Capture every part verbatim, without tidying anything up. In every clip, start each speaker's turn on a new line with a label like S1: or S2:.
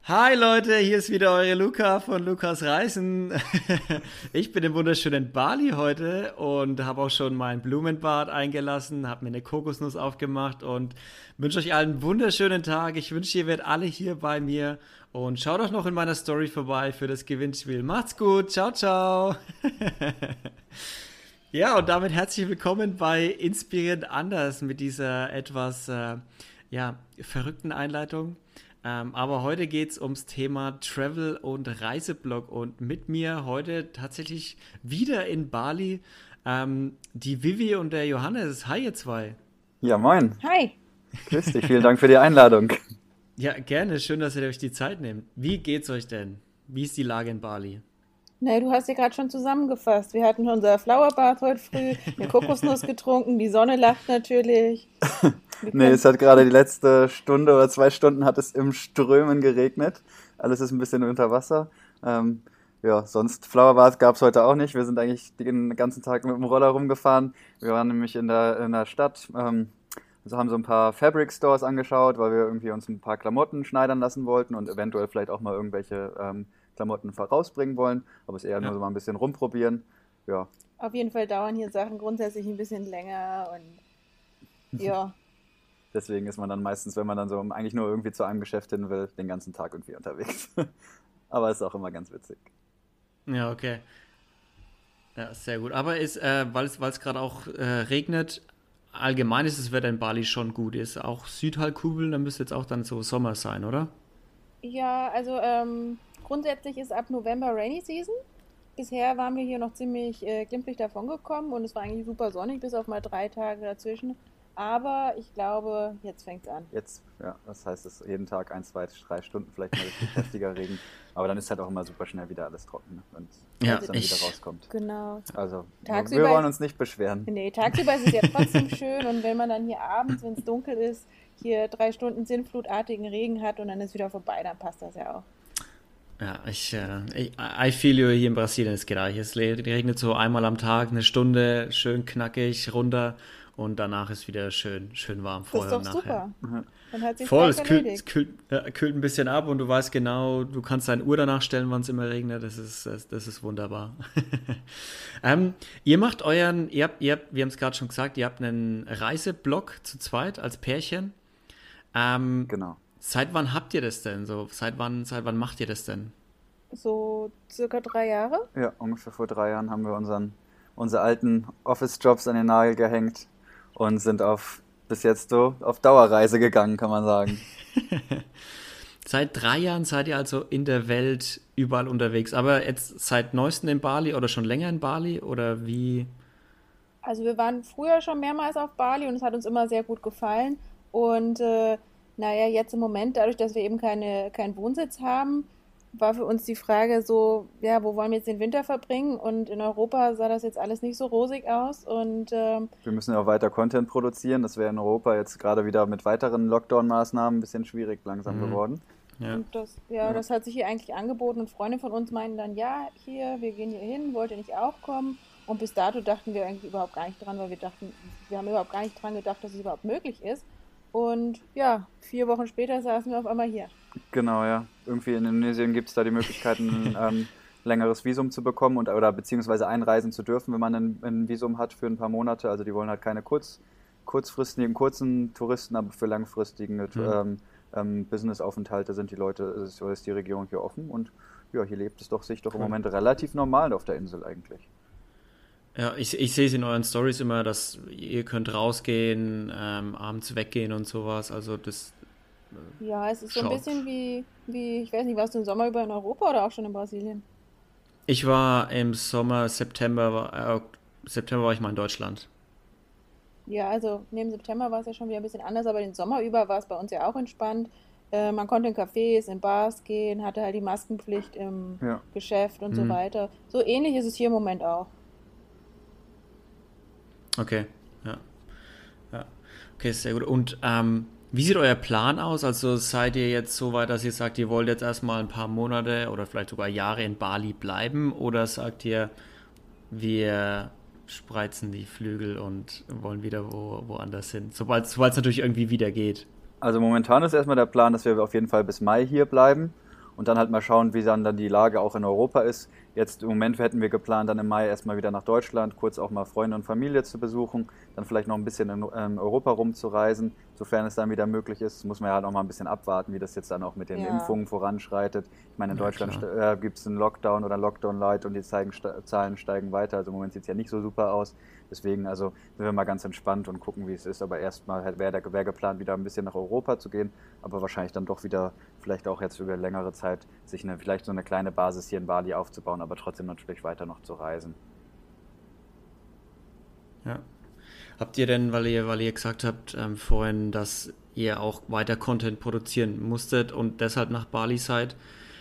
S1: Hi Leute, hier ist wieder eure Luca von Lukas Reisen. Ich bin im wunderschönen Bali heute und habe auch schon mein Blumenbad eingelassen, habe mir eine Kokosnuss aufgemacht und wünsche euch allen einen wunderschönen Tag. Ich wünsche, ihr werdet alle hier bei mir und schaut doch noch in meiner Story vorbei für das Gewinnspiel. Macht's gut, ciao, ciao. Ja, und damit herzlich willkommen bei Inspirierend Anders mit dieser etwas äh, ja, verrückten Einleitung. Ähm, aber heute geht es ums Thema Travel und Reiseblog und mit mir heute tatsächlich wieder in Bali ähm, die Vivi und der Johannes. Hi ihr zwei.
S2: Ja, moin.
S3: Hi.
S2: Grüß dich. Vielen Dank für die Einladung.
S1: Ja, gerne. Schön, dass ihr euch die Zeit nehmt. Wie geht's euch denn? Wie ist die Lage in Bali?
S3: Na, du hast ja gerade schon zusammengefasst. Wir hatten unser Flowerbad heute früh, eine Kokosnuss getrunken, die Sonne lacht natürlich. Wir
S2: Nee,
S3: können,
S2: es hat gerade die letzte Stunde oder zwei Stunden hat es im Strömen geregnet. Alles ist ein bisschen unter Wasser. Ähm, ja, sonst Flowerbad gab es heute auch nicht. Wir sind eigentlich den ganzen Tag mit dem Roller rumgefahren. Wir waren nämlich in der, in der Stadt. Ähm, also haben so ein paar Fabric Stores angeschaut, weil wir irgendwie uns ein paar Klamotten schneidern lassen wollten und eventuell vielleicht auch mal irgendwelche ähm, Klamotten rausbringen wollen. Aber es ist eher nur
S1: Ja.
S2: so mal ein bisschen rumprobieren. Ja,
S3: auf jeden Fall dauern hier Sachen grundsätzlich ein bisschen länger und ja,
S2: deswegen ist man dann meistens, wenn man dann so eigentlich nur irgendwie zu einem Geschäft hin will, den ganzen Tag irgendwie unterwegs. Aber ist auch immer ganz witzig.
S1: Ja, okay. Ja, sehr gut. Aber ist, äh, weil es weil es gerade auch äh, regnet, allgemein ist das Wetter in Bali schon gut. Ist auch Südhalbkugel, dann müsste jetzt auch dann so Sommer sein, oder?
S3: ja, also ähm, grundsätzlich ist ab November Rainy Season. Bisher waren wir hier noch ziemlich äh, glimpflich davongekommen und es war eigentlich super sonnig, bis auf mal drei Tage dazwischen. Aber ich glaube, jetzt fängt's an.
S2: Jetzt, ja, das heißt, es ist jeden Tag ein, zwei, drei Stunden vielleicht mal richtig heftiger Regen. Aber dann ist halt auch immer super schnell wieder alles trocken, ne, wenn
S1: Ja,
S2: es dann wieder
S1: ich,
S2: rauskommt.
S3: Genau.
S2: Also, wir
S3: Tagsüber
S2: wollen
S3: ist,
S2: uns nicht beschweren.
S3: nee, tagsüber ist es ja trotzdem schön und wenn man dann hier abends, wenn es dunkel ist, hier drei Stunden sinnflutartigen Regen hat und dann ist wieder vorbei, dann passt das ja auch.
S1: Ja, ich, äh, ich, I feel you hier in Brasilien ist gleich. Es le- regnet so einmal am Tag, eine Stunde, schön knackig runter und danach ist wieder schön, schön warm
S3: Das ist
S1: vorher und
S3: doch
S1: nachher.
S3: super. Dann hat sich's
S1: Voll,
S3: gleich
S1: es kühlt, es
S3: erledigt.
S1: kühlt, äh, kühlt ein bisschen ab und du weißt genau, du kannst deine Uhr danach stellen, wann es immer regnet. Das ist, das, das ist wunderbar. ähm, ihr macht euren, ihr habt, ihr habt, wir haben es gerade schon gesagt, ihr habt einen Reiseblog zu zweit als Pärchen. Ähm,
S2: Genau.
S1: seit wann habt ihr das denn? So, seit wann, seit wann macht ihr das denn?
S3: So circa drei Jahre.
S2: Ja, ungefähr vor drei Jahren haben wir unseren, unsere alten Office-Jobs an den Nagel gehängt und sind auf bis jetzt so auf Dauerreise gegangen, kann man sagen.
S1: Seit drei Jahren seid ihr also in der Welt überall unterwegs. Aber jetzt seit neuestem in Bali oder schon länger in Bali oder wie?
S3: Also wir waren früher schon mehrmals auf Bali und es hat uns immer sehr gut gefallen. Und äh, naja, jetzt im Moment, dadurch, dass wir eben keine, keinen Wohnsitz haben, war für uns die Frage so, ja, wo wollen wir jetzt den Winter verbringen? Und in Europa sah das jetzt alles nicht so rosig aus. Und ähm,
S2: Wir müssen ja auch weiter Content produzieren. Das wäre in Europa jetzt gerade wieder mit weiteren Lockdown-Maßnahmen ein bisschen schwierig langsam
S1: Mhm.
S2: geworden.
S1: Ja.
S3: Und das, ja,
S2: Ja,
S3: das hat sich hier eigentlich angeboten und Freunde von uns meinten dann, ja, hier, wir gehen hier hin, wollt ihr nicht auch kommen? Und bis dato dachten wir eigentlich überhaupt gar nicht dran, weil wir dachten, wir haben überhaupt gar nicht dran gedacht, dass es überhaupt möglich ist. Und ja, vier Wochen später saßen wir auf einmal hier.
S2: genau, ja. Irgendwie in Indonesien gibt es da die Möglichkeiten, ähm, längeres Visum zu bekommen und oder beziehungsweise einreisen zu dürfen, wenn man ein, ein Visum hat für ein paar Monate. Also die wollen halt keine kurz, kurzfristigen, kurzen Touristen, aber für langfristigen
S1: Mhm.
S2: ähm, ähm, Businessaufenthalte sind die Leute, ist, ist die Regierung hier offen und ja, hier lebt es doch sich doch im
S1: Cool.
S2: Moment relativ normal auf der Insel eigentlich.
S1: Ja, ich, ich sehe es in euren Stories immer, dass ihr könnt rausgehen, ähm, abends weggehen und sowas. Also das
S3: Ja, es ist so ein
S1: schaut.
S3: bisschen wie, wie, ich weiß nicht, warst du im Sommer über in Europa oder auch schon in Brasilien?
S1: Ich war im Sommer, September, war- äh, September war ich mal in Deutschland.
S3: Ja, also neben September war es ja schon wieder ein bisschen anders, aber den Sommer über war es bei uns ja auch entspannt. Äh, man konnte in Cafés, in Bars gehen, hatte halt die Maskenpflicht im
S2: Ja.
S3: Geschäft und so
S1: Mhm.
S3: weiter. So ähnlich ist es hier im Moment auch.
S1: Okay, ja, ja. Okay, sehr gut. Und ähm, wie sieht euer Plan aus? Also seid ihr jetzt so weit, dass ihr sagt, ihr wollt jetzt erstmal ein paar Monate oder vielleicht sogar Jahre in Bali bleiben? Oder sagt ihr, wir spreizen die Flügel und wollen wieder wo, woanders hin? Sobald sobald es natürlich irgendwie wieder geht.
S2: Also momentan ist erstmal der Plan, dass wir auf jeden Fall bis Mai hier bleiben und dann halt mal schauen, wie dann, dann die Lage auch in Europa ist. Jetzt im Moment hätten wir geplant, dann im Mai erstmal wieder nach Deutschland, kurz auch mal Freunde und Familie zu besuchen, dann vielleicht noch ein bisschen in ähm, Europa rumzureisen, sofern es dann wieder möglich ist. Das muss man ja halt auch mal ein bisschen abwarten, wie das jetzt dann auch mit den
S3: Ja.
S2: Impfungen voranschreitet. Ich meine, in
S1: Ja,
S2: Deutschland
S1: klar.
S2: äh, gibt es einen Lockdown oder Lockdown-Light und die zeigen, sta- Zahlen steigen weiter. Also im Moment sieht es ja nicht so super aus. Deswegen also sind wir mal ganz entspannt und gucken, wie es ist. Aber erstmal halt wäre wär geplant, wieder ein bisschen nach Europa zu gehen, aber wahrscheinlich dann doch wieder, vielleicht auch jetzt über längere Zeit, sich eine, vielleicht so eine kleine Basis hier in Bali aufzubauen, aber trotzdem natürlich weiter noch zu reisen.
S1: Ja. Habt ihr denn, weil ihr, weil ihr gesagt habt ähm, vorhin, dass ihr auch weiter Content produzieren musstet und deshalb nach Bali seid,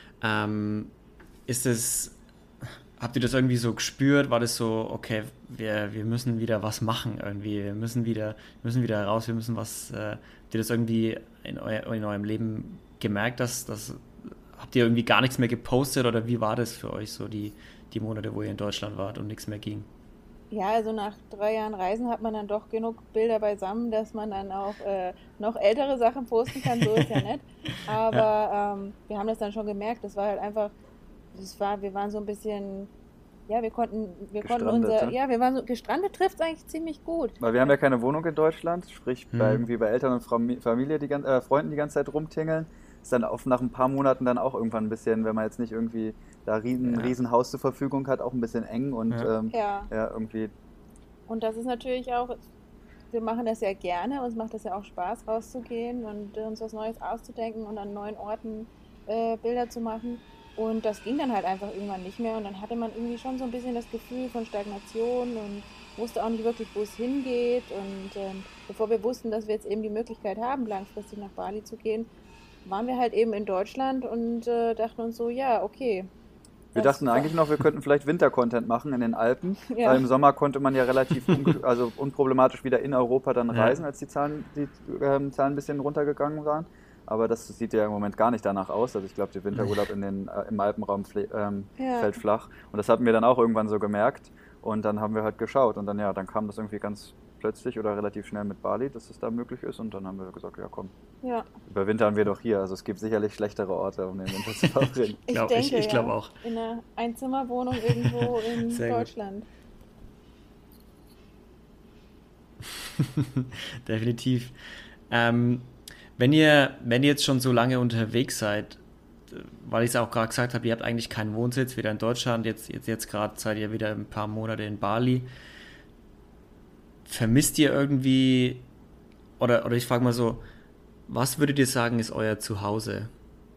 S1: ähm, ist es, habt ihr das irgendwie so gespürt? War das so, okay, wir, wir müssen wieder was machen irgendwie, wir müssen wieder, wir müssen wieder raus, wir müssen was, äh, habt ihr das irgendwie in, eu in eurem Leben gemerkt, dass, dass habt ihr irgendwie gar nichts mehr gepostet oder wie war das für euch so die, die Monate, wo ihr in Deutschland wart und nichts mehr ging?
S3: Ja, also nach drei Jahren Reisen hat man dann doch genug Bilder beisammen, dass man dann auch äh, noch ältere Sachen posten kann, so ist ja nett.
S1: Ja,
S3: Aber ähm, wir haben das dann schon gemerkt, das war halt einfach, das war, wir waren so ein bisschen, ja, wir konnten, wir konnten
S2: Gestrandet,
S3: unser,
S2: ne?
S3: ja, wir waren so, gestrandet trifft es eigentlich ziemlich gut.
S2: Weil wir haben ja keine Wohnung in Deutschland, sprich bei
S1: hm.
S2: irgendwie bei Eltern und Fami- Familie, die, gan- äh, Freunden die ganze Zeit rumtingeln. Ist dann auf, nach ein paar Monaten dann auch irgendwann ein bisschen, wenn man jetzt nicht irgendwie da riesen, ein
S1: Ja,
S2: Riesenhaus zur Verfügung hat, auch ein bisschen eng und
S1: ja,
S2: ähm,
S3: Ja,
S2: ja, irgendwie
S3: und das ist natürlich auch, wir machen das ja gerne, uns macht das ja auch Spaß, rauszugehen und äh, uns was Neues auszudenken und an neuen Orten äh, Bilder zu machen. Und das ging dann halt einfach irgendwann nicht mehr. Und dann hatte man irgendwie schon so ein bisschen das Gefühl von Stagnation und wusste auch nicht wirklich, wo es hingeht. Und ähm, bevor wir wussten, dass wir jetzt eben die Möglichkeit haben, langfristig nach Bali zu gehen, waren wir halt eben in Deutschland und äh, dachten uns so, ja, okay,
S2: wir
S3: was,
S2: dachten eigentlich noch, wir könnten vielleicht Winter-Content machen in den Alpen, weil
S3: ja,
S2: im Sommer konnte man ja relativ unge also unproblematisch wieder in Europa dann
S1: ja,
S2: reisen, als die Zahlen, die ähm, Zahlen ein bisschen runtergegangen waren. Aber das sieht ja im Moment gar nicht danach aus. Also ich glaube, der
S1: nee,
S2: Winterurlaub in den, äh, im Alpenraum fle- ähm,
S3: ja,
S2: fällt flach. Und das hatten wir dann auch irgendwann so gemerkt. Und dann haben wir halt geschaut. Und dann, ja, dann kam das irgendwie ganz plötzlich oder relativ schnell mit Bali, dass es da möglich ist. Und dann haben wir gesagt, ja komm,
S3: ja.
S2: überwintern wir doch hier. Also es gibt sicherlich schlechtere Orte, um den Winter zu verbringen.
S3: Ich
S1: glaub, ich,
S3: denke,
S1: ich glaube
S3: ja.
S1: auch.
S3: In einer Einzimmerwohnung irgendwo in
S1: Sehr gut.
S3: Deutschland.
S1: Definitiv. Ähm, wenn ihr, wenn ihr jetzt schon so lange unterwegs seid, äh, weil ich es auch gerade gesagt habe, ihr habt eigentlich keinen Wohnsitz, weder in Deutschland, jetzt, jetzt, jetzt gerade seid ihr wieder ein paar Monate in Bali. Vermisst ihr irgendwie, oder, oder ich frage mal so, was würdet ihr sagen, ist euer Zuhause?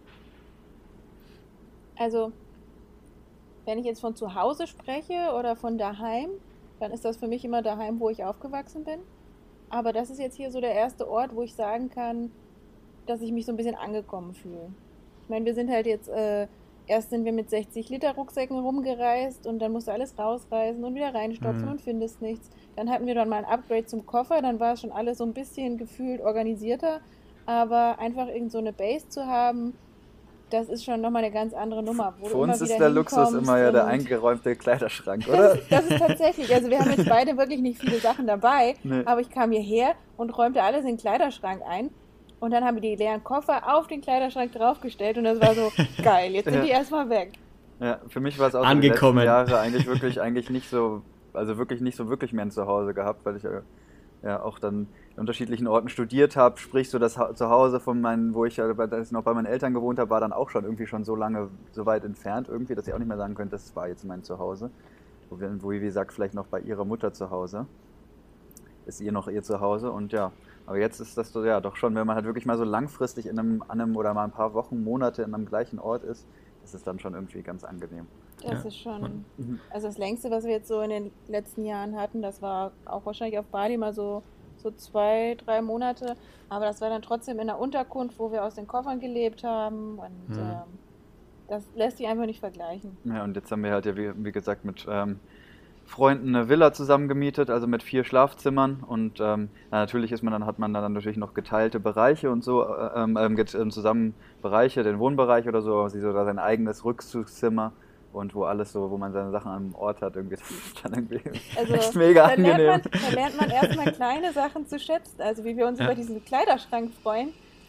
S3: Also, wenn ich jetzt von zu Hause spreche oder von daheim, dann ist das für mich immer daheim, wo ich aufgewachsen bin. Aber das ist jetzt hier so der erste Ort, wo ich sagen kann, dass ich mich so ein bisschen angekommen fühle. Ich meine, wir sind halt jetzt, äh, erst sind wir mit sechzig Liter Rucksäcken rumgereist und dann musst du alles rausreißen und wieder reinstopfen
S1: Hm,
S3: und findest nichts. Dann hatten wir dann mal ein Upgrade zum Koffer, dann war es schon alles so ein bisschen gefühlt organisierter, aber einfach irgend so eine Base zu haben, das ist schon nochmal eine ganz andere Nummer, wo
S2: Für
S3: du immer
S2: uns
S3: wieder
S2: ist der Luxus immer
S3: hinkommst
S2: ja der
S3: und
S2: eingeräumte Kleiderschrank,
S3: das
S2: oder?
S3: ist, das ist tatsächlich, also wir haben jetzt beide wirklich nicht viele Sachen dabei,
S2: Nee.
S3: aber ich kam hierher und räumte alles in den Kleiderschrank ein und dann haben wir die leeren Koffer auf den Kleiderschrank draufgestellt und das war so geil, jetzt sind
S2: Ja.
S3: die erstmal weg.
S2: Ja, für mich war es auch so die letzten
S1: angekommen.
S2: Jahre eigentlich wirklich, eigentlich nicht so, also wirklich nicht so wirklich mehr ein Zuhause gehabt, weil ich ja, ja auch dann in unterschiedlichen Orten studiert habe, sprich so das Ha- Zuhause von meinen, wo ich ja, bei- als ich noch bei meinen Eltern gewohnt habe, war dann auch schon irgendwie schon so lange, so weit entfernt irgendwie, dass ich auch nicht mehr sagen könnte, das war jetzt mein Zuhause. Wo, wir, wo wie gesagt, vielleicht noch bei ihrer Mutter zu Hause, ist ihr noch ihr Zuhause und ja, aber jetzt ist das so, ja doch schon, wenn man halt wirklich mal so langfristig in einem, an einem oder mal ein paar Wochen, Monate in einem gleichen Ort ist, ist es dann schon irgendwie ganz angenehm.
S3: Das
S1: Ja,
S3: ist schon,
S1: man,
S2: Mhm.
S3: also das längste, was wir jetzt so in den letzten Jahren hatten, das war auch wahrscheinlich auf Bali mal so, so zwei, drei Monate, aber das war dann trotzdem in einer Unterkunft, wo wir aus den Koffern gelebt haben und
S1: hm,
S3: ähm, das lässt sich einfach nicht vergleichen.
S2: Ja, und jetzt haben wir halt ja, wie, wie gesagt, mit ähm, Freunden eine Villa zusammen gemietet, also mit vier Schlafzimmern. Und ähm, na, natürlich ist man dann, hat man dann natürlich noch geteilte Bereiche und so, äh, ähm, ähm, get- ähm, zusammen Bereiche, den Wohnbereich oder so, aber sie sogar sein eigenes Rückzugszimmer und wo alles so, wo man seine Sachen am Ort hat, irgendwie, das ist dann irgendwie
S3: Also
S2: echt mega
S3: da lernt
S2: angenehm.
S3: man, da lernt man erstmal kleine Sachen zu schätzen. Also wie wir uns über
S1: ja,
S3: diesen Kleiderschrank freuen.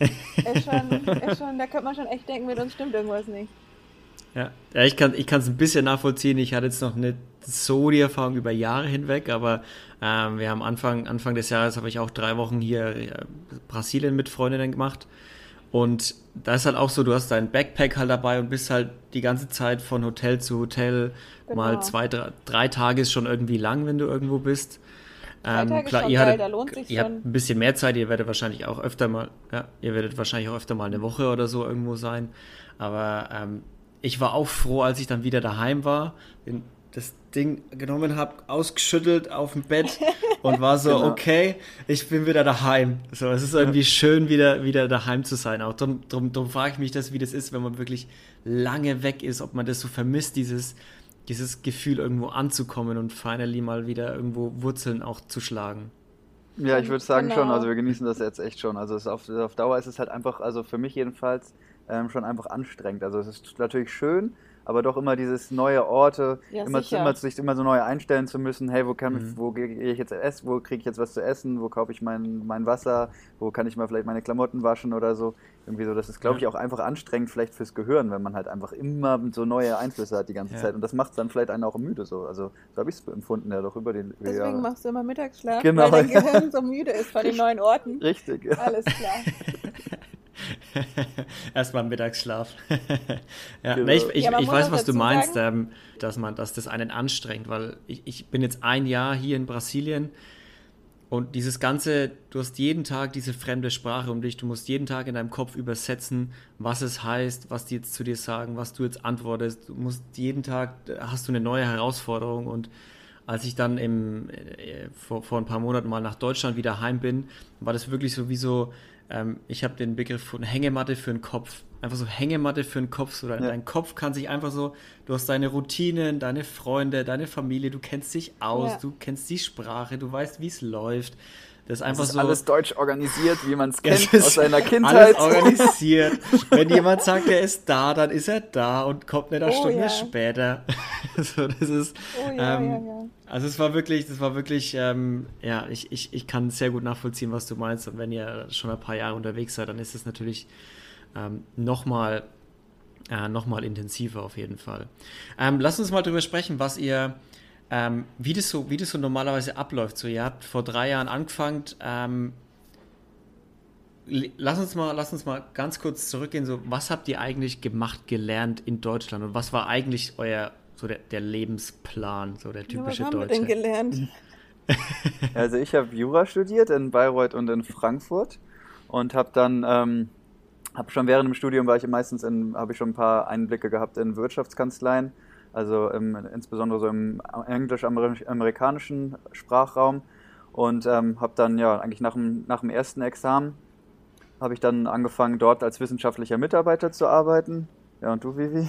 S3: Ist schon, ist schon, da könnte man schon echt denken, mit uns stimmt irgendwas nicht.
S1: Ja, ja ich kann ich es ein bisschen nachvollziehen. Ich hatte jetzt noch nicht so die Erfahrung über Jahre hinweg, aber ähm, wir haben Anfang, Anfang des Jahres habe ich auch drei Wochen hier äh, Brasilien mit Freundinnen gemacht. Und da ist halt auch so, du hast deinen Backpack halt dabei und bist halt die ganze Zeit von Hotel zu Hotel. Mal
S3: Genau.
S1: zwei, drei, drei Tage ist schon irgendwie lang, wenn du irgendwo bist.
S3: Drei
S1: Ähm,
S3: Tage ist
S1: klar,
S3: schon
S1: ihr
S3: geil, da
S1: hattet,
S3: lohnt sich
S1: ihr habt
S3: schon.
S1: ein bisschen mehr Zeit, ihr werdet wahrscheinlich auch öfter mal, ja, ihr werdet wahrscheinlich auch öfter mal eine Woche oder so irgendwo sein. Aber ähm, ich war auch froh, als ich dann wieder daheim war, den, das Ding genommen habe, ausgeschüttelt auf dem Bett und war so,
S2: Genau.
S1: okay, ich bin wieder daheim. So, es ist irgendwie schön, wieder, wieder daheim zu sein. Auch drum, drum, drum frage ich mich das, wie das ist, wenn man wirklich lange weg ist, ob man das so vermisst, dieses, dieses Gefühl, irgendwo anzukommen und finally mal wieder irgendwo Wurzeln auch zu schlagen.
S2: Ja, ich
S3: Gen
S2: würde sagen schon, also
S3: genau.
S2: wir genießen das jetzt echt schon. Also es ist auf, auf Dauer ist es halt einfach, also für mich jedenfalls, ähm, schon einfach anstrengend. Also es ist natürlich schön, aber doch immer dieses neue Orte,
S3: Ja,
S2: immer, zu- immer
S3: sicher.
S2: sich immer so neu einstellen zu müssen. Hey, wo kann,
S1: Mhm.
S2: wo gehe ich jetzt essen, wo kriege ich jetzt was zu essen, wo kaufe ich mein, mein Wasser, wo kann ich mal vielleicht meine Klamotten waschen oder so. Irgendwie so, das ist, glaube
S1: Ja,
S2: ich, auch einfach anstrengend vielleicht fürs Gehirn, wenn man halt einfach immer so neue Einflüsse hat die ganze
S1: ja.
S2: Zeit. Und das macht es dann vielleicht einen auch müde so. Also so habe ich es empfunden, ja doch über die, über die
S3: Deswegen
S2: Jahre.
S3: machst du immer Mittagsschlaf,
S2: Genau,
S3: weil dein
S2: ja.
S3: Gehirn so müde ist von den
S2: Richtig,
S3: neuen Orten.
S2: richtig, ja.
S3: Alles klar.
S1: Erstmal Mittagsschlaf. Ja, ne, ich,
S2: Genau.
S3: Ja,
S1: ich,
S3: man
S1: ich
S3: muss
S1: weiß,
S3: auch
S1: was du
S3: dazu
S1: meinst,
S3: sagen,
S1: ähm, dass man, dass das einen anstrengt, weil ich, ich bin jetzt ein Jahr hier in Brasilien und dieses ganze, du hast jeden Tag diese fremde Sprache um dich, du musst jeden Tag in deinem Kopf übersetzen, was es heißt, was die jetzt zu dir sagen, was du jetzt antwortest. Du musst jeden Tag, äh, hast du eine neue Herausforderung und als ich dann im, äh, vor, vor ein paar Monaten mal nach Deutschland wieder heim bin, war das wirklich so wie so, ähm, ich habe den Begriff von Hängematte für den Kopf. Einfach so Hängematte für den Kopf. So dein,
S2: Ja.
S1: dein Kopf kann sich einfach so, du hast deine Routinen, deine Freunde, deine Familie, du kennst dich aus,
S3: ja,
S1: du kennst die Sprache, du weißt, wie es läuft. Das ist
S2: Es
S1: einfach
S2: ist
S1: so,
S2: alles deutsch organisiert, wie man es
S1: es
S2: kennt aus
S1: ist
S2: seiner
S1: alles
S2: Kindheit.
S1: organisiert. Wenn jemand sagt, er ist da, dann ist er da und kommt nicht eine
S3: oh
S1: Stunde
S3: ja,
S1: später. So, das ist,
S3: oh ja, ja,
S1: ähm,
S3: ja.
S1: also es war wirklich, das war wirklich, ähm, ja, ich, ich, ich kann sehr gut nachvollziehen, was du meinst. Und wenn ihr schon ein paar Jahre unterwegs seid, dann ist es natürlich ähm, nochmal äh, noch mal intensiver auf jeden Fall. Ähm, lasst uns mal drüber sprechen, was ihr, ähm, wie das so, wie das so normalerweise abläuft. So, ihr habt vor drei Jahren angefangen. Ähm, lass uns mal, lass uns mal ganz kurz zurückgehen. So, was habt ihr eigentlich gemacht, gelernt in Deutschland und was war eigentlich euer so der, der Lebensplan, so der
S3: Ja, was
S1: typische
S3: haben wir denn
S1: Deutsche?
S3: gelernt?
S2: Also ich habe Jura studiert in Bayreuth und in Frankfurt und habe dann, ähm, habe schon während dem Studium war ich meistens in, habe ich schon ein paar Einblicke gehabt in Wirtschaftskanzleien, also im, insbesondere so im englisch-amerikanischen Sprachraum und ähm, habe dann ja eigentlich nach dem, nach dem ersten Examen habe ich dann angefangen dort als wissenschaftlicher Mitarbeiter zu arbeiten. Ja, und du, Vivi?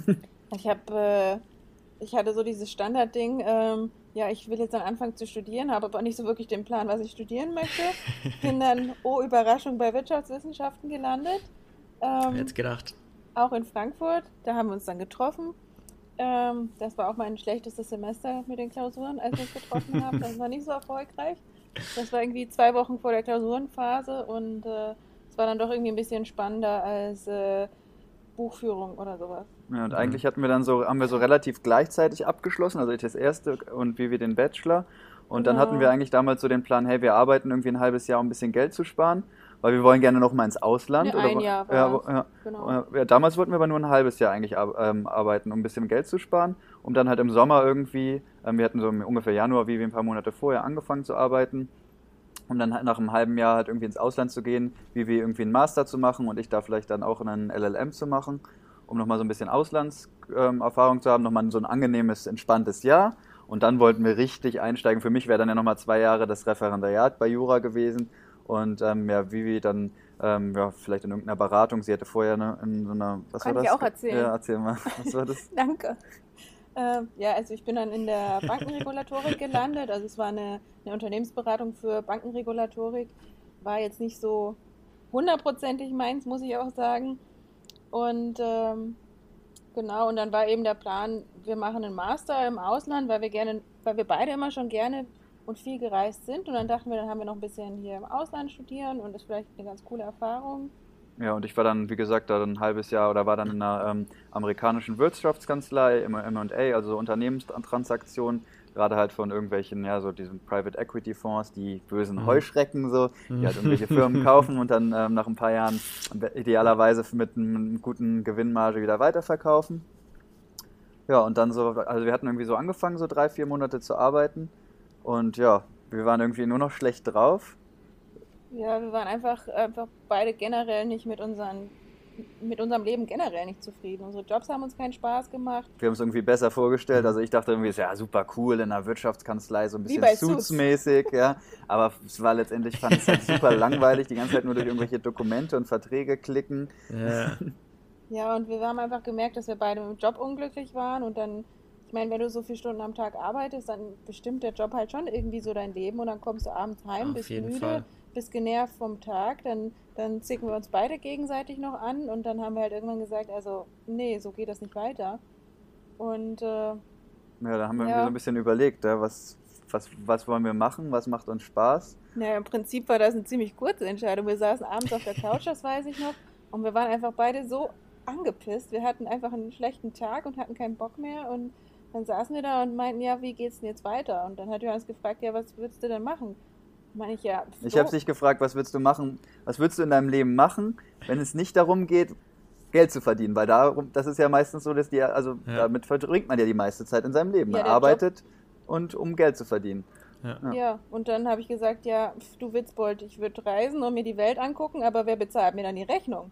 S3: Ich habe, äh, ich hatte so dieses Standardding, ähm, ja, ich will jetzt dann anfangen zu studieren, habe aber nicht so wirklich den Plan, was ich studieren möchte. Bin dann, oh Überraschung, bei Wirtschaftswissenschaften gelandet,
S1: Wer
S3: ähm,
S1: hätte gedacht?
S3: auch in Frankfurt. Da haben wir uns dann getroffen. Ähm, das war auch mein schlechtestes Semester mit den Klausuren, als wir uns getroffen haben. Das war nicht so erfolgreich. Das war irgendwie zwei Wochen vor der Klausurenphase und äh, es war dann doch irgendwie ein bisschen spannender als äh, Buchführung oder sowas.
S2: Ja, und
S1: Mhm.
S2: eigentlich hatten wir dann so, haben wir so relativ gleichzeitig abgeschlossen, also ich das erste und wie wir den Bachelor. Und dann hatten wir
S3: Genau.
S2: eigentlich damals so den Plan, hey, wir arbeiten irgendwie ein halbes Jahr, um ein bisschen Geld zu sparen, weil wir wollen gerne noch mal ins Ausland.
S3: Ne,
S2: Oder,
S3: ein
S2: wo-
S3: Jahr
S2: ja,
S3: war
S2: wo-
S3: es.
S2: ja,
S3: Genau.
S2: ja, damals wollten wir aber nur ein halbes Jahr eigentlich ar- ähm, arbeiten, um ein bisschen Geld zu sparen, um dann halt im Sommer irgendwie, ähm, wir hatten so im ungefähr Januar, wie wir ein paar Monate vorher angefangen zu arbeiten, um dann halt nach einem halben Jahr halt irgendwie ins Ausland zu gehen, wie wir irgendwie einen Master zu machen und ich da vielleicht dann auch einen L L M zu machen, um nochmal so ein bisschen Auslandserfahrung zu haben, nochmal so ein angenehmes, entspanntes Jahr. Und dann wollten wir richtig einsteigen. Für mich wäre dann ja nochmal zwei Jahre das Referendariat bei Jura gewesen. Und ähm, ja, Vivi dann ähm, ja, vielleicht in irgendeiner Beratung. Sie hatte vorher ne, in so einer, was war
S3: Kann ich
S2: das?
S3: auch erzählen.
S2: Ja, erzähl mal, was war das?
S3: Danke. Ähm, ja, also ich bin dann in der Bankenregulatorik gelandet. Also es war eine, eine Unternehmensberatung für Bankenregulatorik. War jetzt nicht so hundertprozentig meins, muss ich auch sagen. Und ähm, genau, und dann war eben der Plan, wir machen einen Master im Ausland, weil wir gerne, weil wir beide immer schon gerne und viel gereist sind. Und dann dachten wir, dann haben wir noch ein bisschen hier im Ausland studieren und das ist vielleicht eine ganz coole Erfahrung.
S2: Ja, und ich war dann, wie gesagt, da ein halbes Jahr oder war dann in einer ähm, amerikanischen Wirtschaftskanzlei, M und A, also so Unternehmenstransaktionen, gerade halt von irgendwelchen, ja, so diesen Private Equity Fonds, die bösen Heuschrecken so, die halt irgendwelche Firmen kaufen und dann ähm, nach ein paar Jahren idealerweise mit einem guten Gewinnmarge wieder weiterverkaufen. Ja, und dann so, also wir hatten irgendwie so angefangen, so drei, vier Monate zu arbeiten und ja, wir waren irgendwie nur noch schlecht drauf.
S3: Ja, wir waren einfach, einfach beide generell nicht mit unseren, mit unserem Leben generell nicht zufrieden. Unsere Jobs haben uns keinen Spaß gemacht.
S2: Wir haben es irgendwie besser vorgestellt. Also ich dachte irgendwie, ist ja super cool in einer Wirtschaftskanzlei, so ein
S3: Wie
S2: bisschen
S3: bei
S2: Suits-mäßig, ja. Aber es war letztendlich, fand ich es halt super langweilig, die ganze Zeit nur durch irgendwelche Dokumente und Verträge klicken.
S1: Ja.
S3: Ja, und wir haben einfach gemerkt, dass wir beide im Job unglücklich waren und dann, ich meine, wenn du so viele Stunden am Tag arbeitest, dann bestimmt der Job halt schon irgendwie so dein Leben und dann kommst du abends heim,
S1: Auf
S3: bist
S1: jeden
S3: müde,
S1: Fall.
S3: bist genervt vom Tag, dann, dann zicken wir uns beide gegenseitig noch an und dann haben wir halt irgendwann gesagt, also nee, so geht das nicht weiter. Und äh,
S2: Ja, da haben wir irgendwie
S3: Ja.
S2: so ein bisschen überlegt, ja, was, was, was wollen wir machen, was macht uns Spaß.
S3: naja, im Prinzip war das eine ziemlich kurze Entscheidung. Wir saßen abends auf der Couch, das weiß ich noch, und wir waren einfach beide so angepisst. Wir hatten einfach einen schlechten Tag und hatten keinen Bock mehr und dann saßen wir da und meinten, ja, wie geht's denn jetzt weiter? Und dann hat Johannes gefragt, ja, was würdest du denn machen? Meine ich, ja,
S2: Ich
S3: so-
S2: habe dich gefragt, was würdest du machen, was würdest du in deinem Leben machen, wenn es nicht darum geht, Geld zu verdienen, weil darum, das ist ja meistens so, dass die, also
S1: Ja.
S2: damit verbringt man ja die meiste Zeit in seinem Leben.
S3: Ja,
S2: Man
S3: der
S2: arbeitet und um Geld zu verdienen.
S1: Ja.
S3: Ja, und dann habe ich gesagt, ja, pf, du Witzbold, ich würde reisen und mir die Welt angucken, aber wer bezahlt mir dann die Rechnung?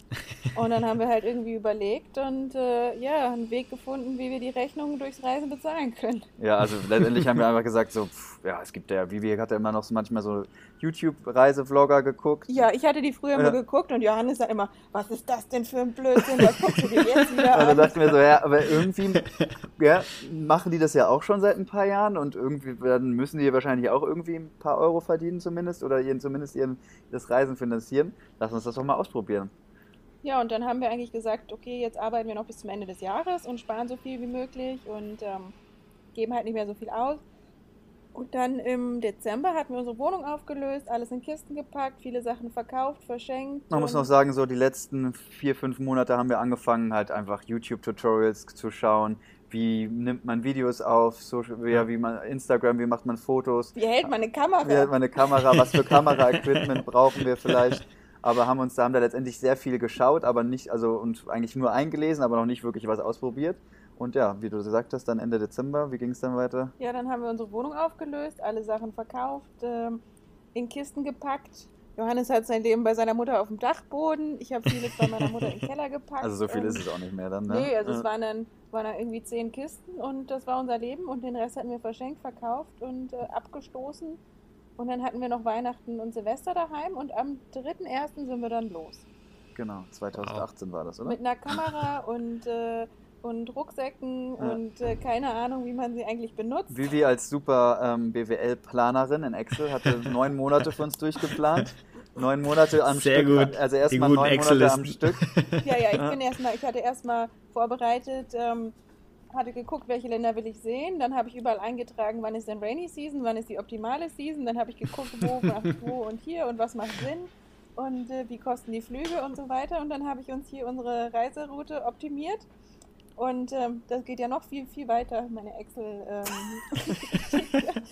S3: Und dann haben wir halt irgendwie überlegt und äh, ja, einen Weg gefunden, wie wir die Rechnung durchs Reisen bezahlen können.
S2: Ja, also letztendlich haben wir einfach gesagt, so, pff, ja, es gibt ja, Vivi hat ja immer noch so manchmal so YouTube-Reisevlogger geguckt.
S3: Ja, ich hatte die früher
S2: Ja.
S3: mal geguckt und Johannes sagt immer, was ist das denn für ein Blödsinn, was guckst du dir jetzt wieder
S2: Und dann
S3: an?
S2: dachten wir so, ja, aber irgendwie ja, machen die das ja auch schon seit ein paar Jahren und irgendwie dann müssen die wahrscheinlich auch irgendwie ein paar Euro verdienen zumindest oder ihren, zumindest ihren, das Reisen finanzieren. Lass uns das doch mal ausprobieren.
S3: Ja, und dann haben wir eigentlich gesagt, okay, jetzt arbeiten wir noch bis zum Ende des Jahres und sparen so viel wie möglich und ähm, geben halt nicht mehr so viel aus. Und dann im Dezember hatten wir unsere Wohnung aufgelöst, alles in Kisten gepackt, viele Sachen verkauft, verschenkt.
S2: Man muss
S3: und-
S2: noch sagen, so die letzten vier, fünf Monate haben wir angefangen, halt einfach YouTube-Tutorials zu schauen. Wie nimmt man Videos auf, Social, ja, wie man Instagram, wie macht man Fotos,
S3: Wie hält man eine Kamera?
S2: wie hat man eine Kamera, was für Kamera-Equipment brauchen wir vielleicht. Aber haben uns da, haben da letztendlich sehr viel geschaut, aber nicht, also und eigentlich nur eingelesen, aber noch nicht wirklich was ausprobiert. Und ja, wie du gesagt hast, dann Ende Dezember, wie ging es dann weiter?
S3: Ja, dann haben wir unsere Wohnung aufgelöst, alle Sachen verkauft, ähm, in Kisten gepackt. Johannes hat sein Leben bei seiner Mutter auf dem Dachboden. Ich habe vieles bei meiner Mutter in den Keller gepackt.
S2: Also so viel
S3: und-
S2: ist es auch nicht mehr dann, ne?
S3: Nee, also
S2: ja.
S3: es waren dann, waren dann irgendwie zehn Kisten und das war unser Leben und den Rest hatten wir verschenkt, verkauft und äh, abgestoßen. Und dann hatten wir noch Weihnachten und Silvester daheim und am dritten ersten sind wir dann los.
S2: Genau, zweitausendachtzehn war das, oder?
S3: Mit einer Kamera und, äh, und Rucksäcken
S2: Ja.
S3: und äh, keine Ahnung, wie man sie eigentlich benutzt.
S2: Vivi als super ähm, B W L-Planerin in Excel hatte neun Monate für uns durchgeplant. Neun Monate am
S1: Sehr
S2: Stück.
S1: gut.
S2: Also
S1: Die
S2: erstmal
S1: guten
S2: neun Monate am
S1: Excel-Listen.
S2: Stück.
S3: Ja, ja, ich
S2: Ja.
S3: bin erstmal, ich hatte erstmal vorbereitet, ähm, hatte geguckt, welche Länder will ich sehen. Dann habe ich überall eingetragen, wann ist denn Rainy Season, wann ist die optimale Season. Dann habe ich geguckt, wo, macht wo und hier und was macht Sinn und äh, wie kosten die Flüge und so weiter. Und dann habe ich uns hier unsere Reiseroute optimiert. Und ähm, das geht ja noch viel, viel weiter, meine Excel. Ähm,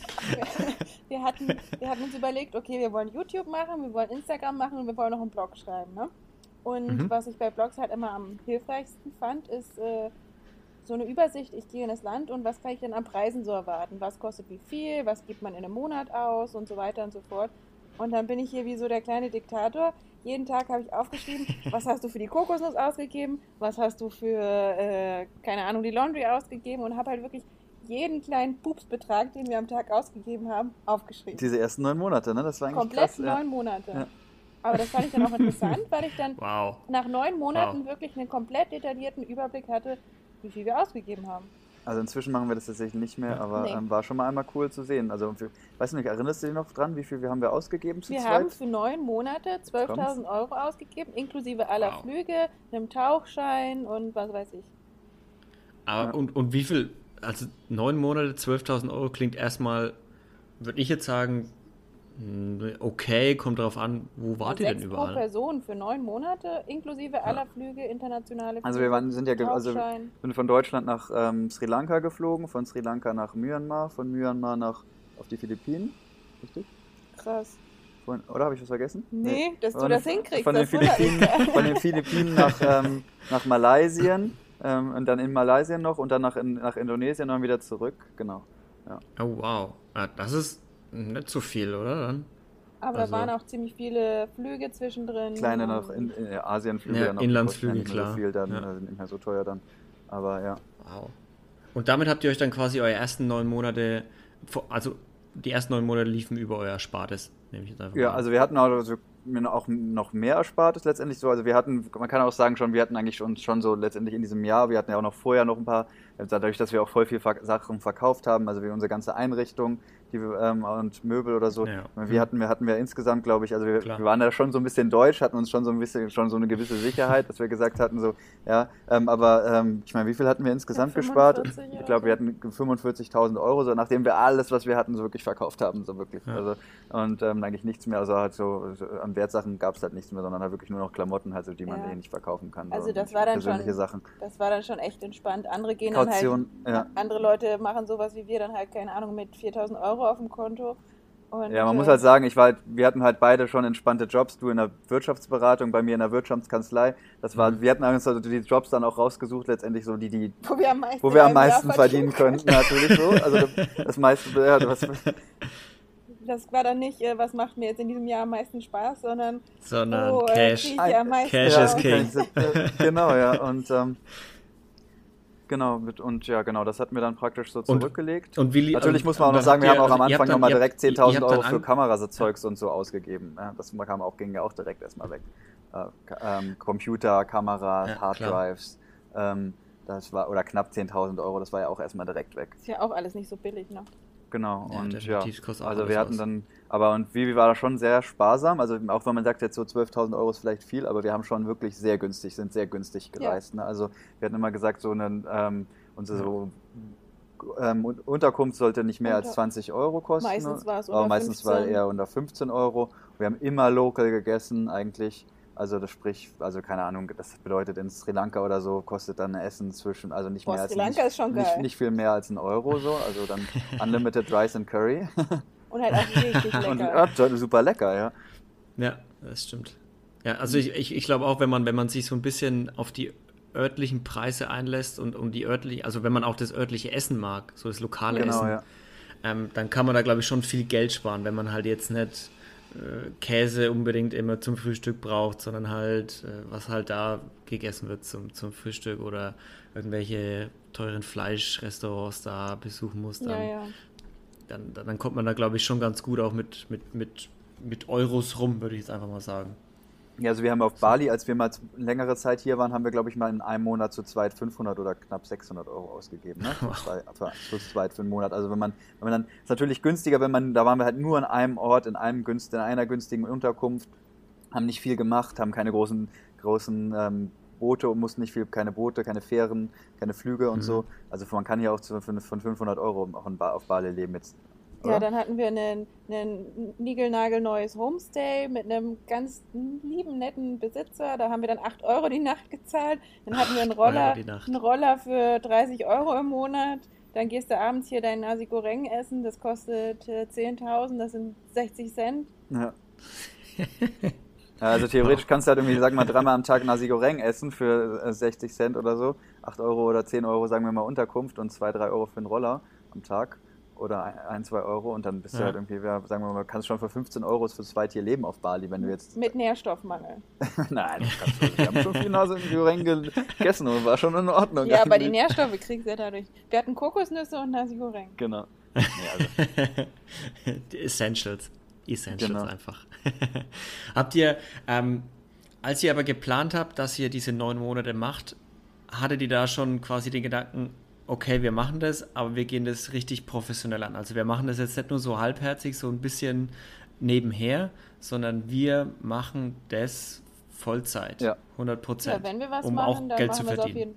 S3: wir, hatten, wir hatten uns überlegt, okay, wir wollen YouTube machen, wir wollen Instagram machen und wir wollen noch einen Blog schreiben. Ne? Und
S1: Mhm.
S3: was ich bei Blogs halt immer am hilfreichsten fand, ist äh, so eine Übersicht, ich gehe in das Land und was kann ich denn an Preisen so erwarten? Was kostet wie viel? Was gibt man in einem Monat aus? Und so weiter und so fort. Und dann bin ich hier wie so der kleine Diktator. Jeden Tag habe ich aufgeschrieben, was hast du für die Kokosnuss ausgegeben? Was hast du für, äh, keine Ahnung, die Laundry ausgegeben? Und habe halt wirklich jeden kleinen Pupsbetrag, den wir am Tag ausgegeben haben, aufgeschrieben.
S2: Diese ersten neun Monate, ne? Das war eigentlich
S3: Komplett
S2: krass.
S3: neun
S2: Ja.
S3: Monate.
S2: Ja.
S3: Aber das fand ich dann auch interessant, weil ich dann
S1: Wow.
S3: nach neun Monaten
S1: Wow.
S3: wirklich einen komplett detaillierten Überblick hatte, wie viel wir ausgegeben haben.
S2: Also inzwischen machen wir das tatsächlich nicht mehr, aber
S3: Nee.
S2: ähm, war schon mal einmal cool zu sehen. Also, wir, weißt du nicht, erinnerst du dich noch dran, wie viel wir haben wir ausgegeben zu
S3: Wir
S2: zweit?
S3: haben für neun Monate zwölftausend Euro ausgegeben, inklusive aller
S1: Wow.
S3: Flüge, einem Tauchschein und was weiß ich.
S1: Aber
S2: Ja.
S1: und, und wie viel, also neun Monate, zwölftausend Euro klingt erstmal würde ich jetzt sagen, okay, kommt drauf an, wo wart ihr denn
S3: Sechs
S1: überall?
S3: pro Person für neun Monate, inklusive aller Flüge, internationale Flüge.
S2: Also wir waren, sind ja ge- also
S3: Tauchschein.
S2: sind von Deutschland nach ähm, Sri Lanka geflogen, von Sri Lanka nach Myanmar, von Myanmar nach auf die Philippinen, richtig?
S3: Krass.
S2: Von, oder habe ich was vergessen?
S3: Nee, dass du
S2: Von
S3: das
S2: den-
S3: hinkriegst.
S2: Von den
S3: das wundert mich.
S2: Philippinen, von den Philippinen nach, ähm, nach Malaysia ähm, und dann in Malaysia noch und dann nach, in, nach Indonesien und dann wieder zurück, genau. Ja.
S1: Oh, wow. Ah, das ist nicht so viel, oder? Dann?
S3: Aber
S1: Also-
S3: da waren auch ziemlich viele Flüge zwischendrin.
S2: Kleine
S3: und-
S2: noch in, in Asienflüge,
S1: Ja,
S2: dann noch,
S1: Inlandsflüge,
S2: die kosten ja nicht mehr
S1: klar.
S2: so viel, dann
S1: Ja.
S2: äh, sind nicht mehr so teuer dann. Aber ja.
S1: Wow. Und damit habt ihr euch dann quasi eure ersten neun Monate, vor- also die ersten neun Monate liefen über euer Erspartes, nehme ich jetzt einfach
S2: Ja,
S1: mal an.
S2: also wir hatten auch, also mir auch noch mehr Erspartes letztendlich so. Also wir hatten, man kann auch sagen schon, wir hatten eigentlich schon, schon so letztendlich in diesem Jahr, wir hatten ja auch noch vorher noch ein paar, dadurch, dass wir auch voll viel Ver- Sachen verkauft haben, also wie unsere ganze Einrichtung die wir, ähm, und Möbel oder so.
S1: Ja.
S2: Wir hatten, wir hatten wir insgesamt, glaube ich, also wir,
S1: Klar.
S2: wir waren da schon so ein bisschen deutsch, hatten uns schon so ein bisschen, schon so eine gewisse Sicherheit, dass wir gesagt hatten, so, ja, ähm, aber ähm, ich meine, wie viel hatten wir insgesamt
S3: Ja,
S2: gespart?
S3: fünfundvierzig
S2: Ich
S3: oder
S2: glaube, wir
S3: so.
S2: hatten fünfundvierzigtausend Euro, so nachdem wir alles, was wir hatten, so wirklich verkauft haben, so wirklich.
S1: Ja.
S2: Also, und ähm, eigentlich nichts mehr, also halt so, so an Wertsachen gab es halt nichts mehr, sondern halt wirklich nur noch Klamotten, halt, so, die man
S3: Ja.
S2: eh nicht verkaufen kann.
S3: Also
S2: so,
S3: das
S2: und
S3: war dann
S2: persönliche
S3: schon-
S2: Sachen.
S3: Das war dann schon echt entspannt. Andere gehen
S2: Kaution,
S3: dann halt,
S2: ja.
S3: andere Leute machen sowas wie wir dann halt, keine Ahnung, mit viertausend Euro auf dem Konto. Und,
S2: Ja, man muss
S3: äh,
S2: halt sagen, ich war halt, wir hatten halt beide schon entspannte Jobs, du in der Wirtschaftsberatung, bei mir in der Wirtschaftskanzlei. Das war,
S1: Mhm.
S2: wir hatten uns also die Jobs dann auch rausgesucht, letztendlich so die, die,
S3: wo wir am meisten,
S2: wo wir am
S3: im Jahr
S2: meisten verdienen könnten, natürlich so. Also das meiste, ja, das,
S3: Das war dann nicht, äh, was macht mir jetzt in diesem Jahr am meisten Spaß, sondern
S1: Sondern
S3: wo äh,
S1: Cash.
S3: kriege ich am meisten
S1: Cash
S2: ja,
S1: is
S3: raus.
S1: king.
S2: äh, genau, ja, und ähm, genau, mit, und ja, genau, das hatten wir dann praktisch so
S1: Und-
S2: zurückgelegt.
S1: Und wie,
S2: Natürlich
S1: und-
S2: muss man auch
S1: und
S2: noch
S1: dann
S2: sagen, wir
S1: habt
S2: haben
S1: ihr-
S2: auch am
S1: also ihr habt
S2: Anfang
S1: dann-
S2: nochmal
S1: ihr habt-
S2: direkt
S3: ihr
S2: zehntausend
S1: habt dann
S2: Euro für
S1: an-
S2: Kamerasezeugs und so ausgegeben. Ja, das kam auch, ging ja auch direkt erstmal weg. Äh, Ka- ähm, Computer, Kameras,
S1: Ja, klar.
S2: Harddrives, ähm, das war, oder knapp zehntausend Euro, das war ja auch erstmal direkt weg.
S3: Ist ja auch alles nicht so billig, ne?
S2: Genau,
S1: Ja,
S2: und ja,
S1: definitiv, kostet auch
S2: also
S1: alles
S2: wir hatten
S1: was.
S2: dann, aber und Vivi war da schon sehr sparsam, also auch wenn man sagt jetzt so zwölftausend Euro ist vielleicht viel, aber wir haben schon wirklich sehr günstig, sind sehr günstig gereist, ne? Also wir hatten immer gesagt, so eine, ähm, unsere so, ähm, Un- Unterkunft sollte nicht mehr als
S3: Unter-
S2: zwanzig Euro kosten,
S3: Meistens
S2: ne?
S3: war es
S2: aber
S3: unter
S2: meistens war
S3: fünfzehn.
S2: eher unter fünfzehn Euro. Wir haben immer local gegessen eigentlich. Also das sprich, also keine Ahnung, das bedeutet in Sri Lanka oder so kostet dann ein Essen zwischen, also nicht
S3: Boah,
S2: mehr als
S3: Sri Lanka
S2: nicht,
S3: ist schon
S2: nicht,
S3: geil.
S2: nicht viel mehr als ein Euro so, also dann Unlimited Rice and Curry.
S3: Und halt auch richtig
S2: Und
S3: lecker.
S2: ja, toll, super lecker, ja.
S1: Ja, das stimmt. Ja, also ich, ich, ich glaube auch, wenn man, wenn man sich so ein bisschen auf die örtlichen Preise einlässt und um die örtliche, also wenn man auch das örtliche Essen mag, so das lokale
S2: Genau,
S1: Essen,
S2: ja.
S1: ähm, dann kann man da, glaube ich, schon viel Geld sparen, wenn man halt jetzt nicht äh, Käse unbedingt immer zum Frühstück braucht, sondern halt, äh, was halt da gegessen wird zum, zum Frühstück oder irgendwelche teuren Fleischrestaurants da besuchen muss, dann,
S3: Ja, ja.
S1: Dann, dann, dann kommt man da, glaube ich, schon ganz gut auch mit, mit, mit, mit Euros rum, würde ich jetzt einfach mal sagen.
S2: Ja, also wir haben auf Bali, als wir mal längere Zeit hier waren, haben wir, glaube ich, mal in einem Monat zu zweit fünfhundert oder knapp sechshundert Euro ausgegeben, ne? Zu zwei- Für, zu zweit für einen Monat. Also wenn man, wenn man dann, ist natürlich günstiger, wenn man, da waren wir halt nur an einem Ort, in einem günst, in einer günstigen Unterkunft, haben nicht viel gemacht, haben keine großen, großen ähm, Boote und mussten nicht viel, keine Boote, keine Fähren, keine Flüge und
S1: Mhm.
S2: so. Also man kann hier auch zu, von von fünfhundert Euro auch in ba auf Bali leben jetzt.
S3: Ja,
S2: oder?
S3: dann hatten wir einen, einen niegelnagelneues Homestay mit einem ganz lieben, netten Besitzer. Da haben wir dann acht Euro die Nacht gezahlt. Dann hatten wir einen
S1: acht Euro
S3: Roller,
S1: die Nacht.
S3: einen Roller für dreißig Euro im Monat. Dann gehst du abends hier dein Nasi Goreng essen. Das kostet äh, zehntausend, das sind sechzig Cent.
S2: Ja. Ja, also theoretisch kannst du halt irgendwie, sag mal, dreimal am Tag Nasi Goreng essen für äh, sechzig Cent oder so. acht Euro oder zehn Euro, sagen wir mal, Unterkunft und zwei, drei Euro für einen Roller am Tag. Oder ein, zwei Euro und dann bist du
S1: Ja.
S2: halt irgendwie, ja, sagen wir mal, kannst schon für fünfzehn Euro für zwei Tier leben auf Bali, wenn du jetzt...
S3: Mit Nährstoffmangel.
S2: Nein, das kannst du nicht. Wir haben schon viel Nasi Goreng gegessen und war schon in Ordnung.
S3: Ja, aber die
S2: eigentlich.
S3: Nährstoffe kriegst du ja dadurch. Wir hatten Kokosnüsse und Nasi Goreng.
S2: Genau. Nee, also,
S1: Die Essentials. Essentials
S2: Genau.
S1: einfach. Habt ihr, ähm, als ihr aber geplant habt, dass ihr diese neun Monate macht, hattet ihr da schon quasi den Gedanken, okay, wir machen das, aber wir gehen das richtig professionell an. Also wir machen das jetzt nicht nur so halbherzig, so ein bisschen nebenher, sondern wir machen das Vollzeit.
S2: Ja.
S1: hundert Prozent.
S3: Ja, wenn wir was
S1: um
S3: machen,
S1: auch
S3: dann
S1: Geld
S3: machen
S1: zu
S3: wir es auf
S1: verdienen.
S3: jeden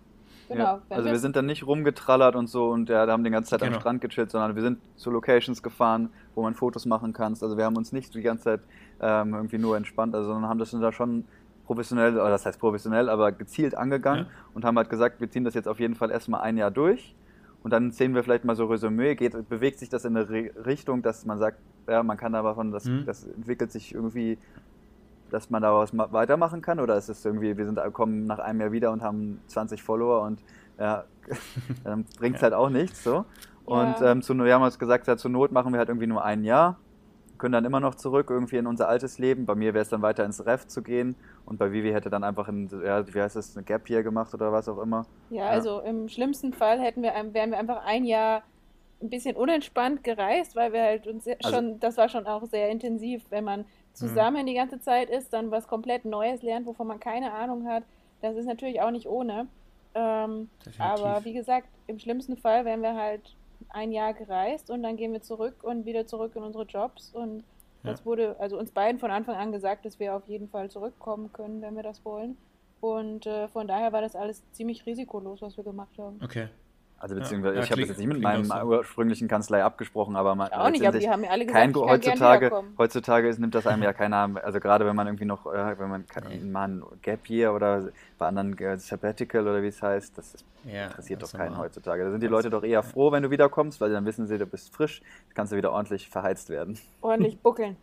S2: Ja,
S3: Genau, wenn
S2: also
S3: wir
S2: wir sind dann nicht rumgetrallert und so und ja, da haben die ganze Zeit am
S1: Genau.
S2: Strand gechillt, sondern wir sind zu Locations gefahren, wo man Fotos machen kann. Also wir haben uns nicht die ganze Zeit ähm, irgendwie nur entspannt, also, sondern haben das da schon professionell, oder das heißt professionell, aber gezielt
S1: Ja.
S2: angegangen und haben halt gesagt, wir ziehen das jetzt auf jeden Fall erstmal ein Jahr durch und dann sehen wir vielleicht mal so Resümee, geht, bewegt sich das in eine Re Richtung, dass man sagt, ja, man kann davon, das,
S1: Hm.
S2: das entwickelt sich irgendwie, dass man daraus ma- weitermachen kann, oder ist es irgendwie, wir sind kommen nach einem Jahr wieder und haben zwanzig Follower und ja, dann bringt es
S1: Ja.
S2: halt auch nichts so. Und
S3: ja,
S2: ähm, zu, wir haben uns gesagt, ja, zur Not machen wir halt irgendwie nur ein Jahr, können dann immer noch zurück irgendwie in unser altes Leben. Bei mir wäre es dann weiter ins Ref zu gehen und bei Vivi hätte dann einfach ein, ja, wie heißt das, eine Gap Year gemacht oder was auch immer.
S3: ja,
S2: Ja,
S3: also im schlimmsten Fall hätten wir, ein- wären wir einfach ein Jahr ein bisschen unentspannt gereist, weil wir halt uns sehr-
S2: also
S3: schon, das war schon auch sehr intensiv, wenn man
S1: Hm.
S3: zusammen die ganze Zeit ist, dann was komplett Neues lernt, wovon man keine Ahnung hat. Das ist natürlich auch nicht ohne. Ähm, aber
S1: Definitiv.
S3: wie gesagt, im schlimmsten Fall wären wir halt ein Jahr gereist und dann gehen wir zurück und wieder zurück in unsere Jobs. Und
S1: Ja.
S3: das wurde also uns beiden von Anfang an gesagt, dass wir auf jeden Fall zurückkommen können, wenn wir das wollen. Und äh, von daher war das alles ziemlich risikolos, was wir gemacht haben.
S1: Okay.
S2: Also
S1: Ja,
S2: beziehungsweise
S1: ja
S2: ich habe das
S1: klingt,
S2: jetzt nicht mit
S1: klingt auch
S2: meinem
S1: so.
S2: ursprünglichen Kanzlei abgesprochen, aber man,
S3: Ich auch nicht, aber die
S2: letztendlich
S3: haben mir alle
S2: kein
S3: gesagt, ich kann gern
S2: heutzutage
S3: wiederkommen.
S2: heutzutage ist, nimmt das einem ja keiner, also gerade wenn man irgendwie noch, äh, wenn man
S1: Nee.
S2: ke- mal ein Gap Year oder bei anderen äh, Sabbatical oder wie es heißt, das ist,
S1: Ja,
S2: interessiert
S1: ganz
S2: doch keinen
S1: normal.
S2: heutzutage. Da sind die
S1: Ganz,
S2: Leute doch eher froh, wenn du wiederkommst, weil dann wissen sie, du bist frisch, kannst du wieder ordentlich verheizt werden.
S3: Ordentlich buckeln.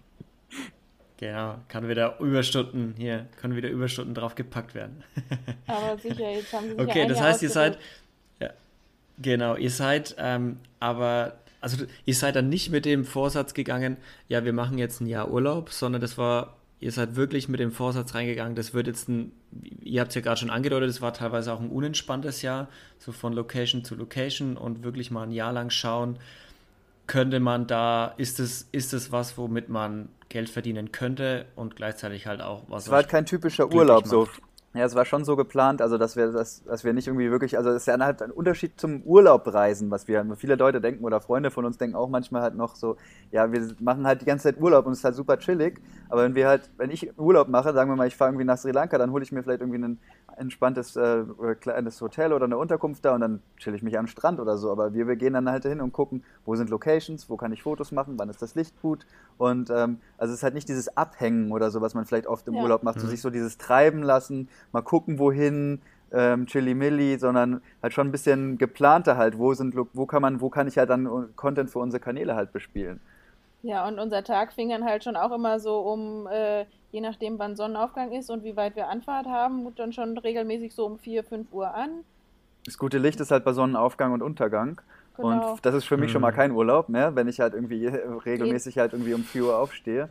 S1: genau. Kann wieder Überstunden hier, können wieder Überstunden drauf gepackt werden.
S3: Aber sicher, jetzt haben sie sich ja
S1: Okay,
S3: ein
S1: das
S3: Jahr
S1: heißt, ihr seid,
S3: ausgesucht.
S1: ja, genau, ihr seid, ähm, aber, also ihr seid dann nicht mit dem Vorsatz gegangen, ja, wir machen jetzt ein Jahr Urlaub, sondern das war, ihr seid wirklich mit dem Vorsatz reingegangen, das wird jetzt ein, ihr habt es ja gerade schon angedeutet, es war teilweise auch ein unentspanntes Jahr, so von Location zu Location und wirklich mal ein Jahr lang schauen, könnte man da, ist es, ist es was, womit man Geld verdienen könnte und gleichzeitig halt auch, was
S2: Es war halt
S1: euch
S2: kein typischer
S1: glücklich
S2: Urlaub so.
S1: macht.
S2: Ja, es war schon so geplant, also dass wir das, dass wir nicht irgendwie wirklich, also es ist ja halt ein Unterschied zum Urlaubreisen, was wir, viele Leute denken oder Freunde von uns denken auch manchmal halt noch so, ja, wir machen halt die ganze Zeit Urlaub und es ist halt super chillig, aber wenn wir halt, wenn ich Urlaub mache, sagen wir mal, ich fahre irgendwie nach Sri Lanka, dann hole ich mir vielleicht irgendwie ein entspanntes äh, kleines Hotel oder eine Unterkunft da und dann chill ich mich am Strand oder so, aber wir, wir gehen dann halt hin und gucken, wo sind Locations, wo kann ich Fotos machen, wann ist das Licht gut und ähm, also es ist halt nicht dieses Abhängen oder so, was man vielleicht oft im
S3: Ja.
S2: Urlaub macht, so
S1: Mhm.
S2: sich so dieses Treiben lassen, mal gucken, wohin, ähm, Chili-Milli, sondern halt schon ein bisschen geplanter halt, wo sind, Lo- wo kann man, wo kann ich halt dann Content für unsere Kanäle halt bespielen.
S3: Ja, und unser Tag fing dann halt schon auch immer so um, äh, je nachdem wann Sonnenaufgang ist und wie weit wir Anfahrt haben, dann schon regelmäßig so um vier fünf Uhr an.
S2: Das gute Licht ist halt bei Sonnenaufgang und Untergang und
S3: Genau.
S2: das ist für mich schon mal
S1: Mhm.
S2: kein Urlaub mehr, wenn ich halt irgendwie äh,
S3: Geht.
S2: regelmäßig halt irgendwie um vier Uhr aufstehe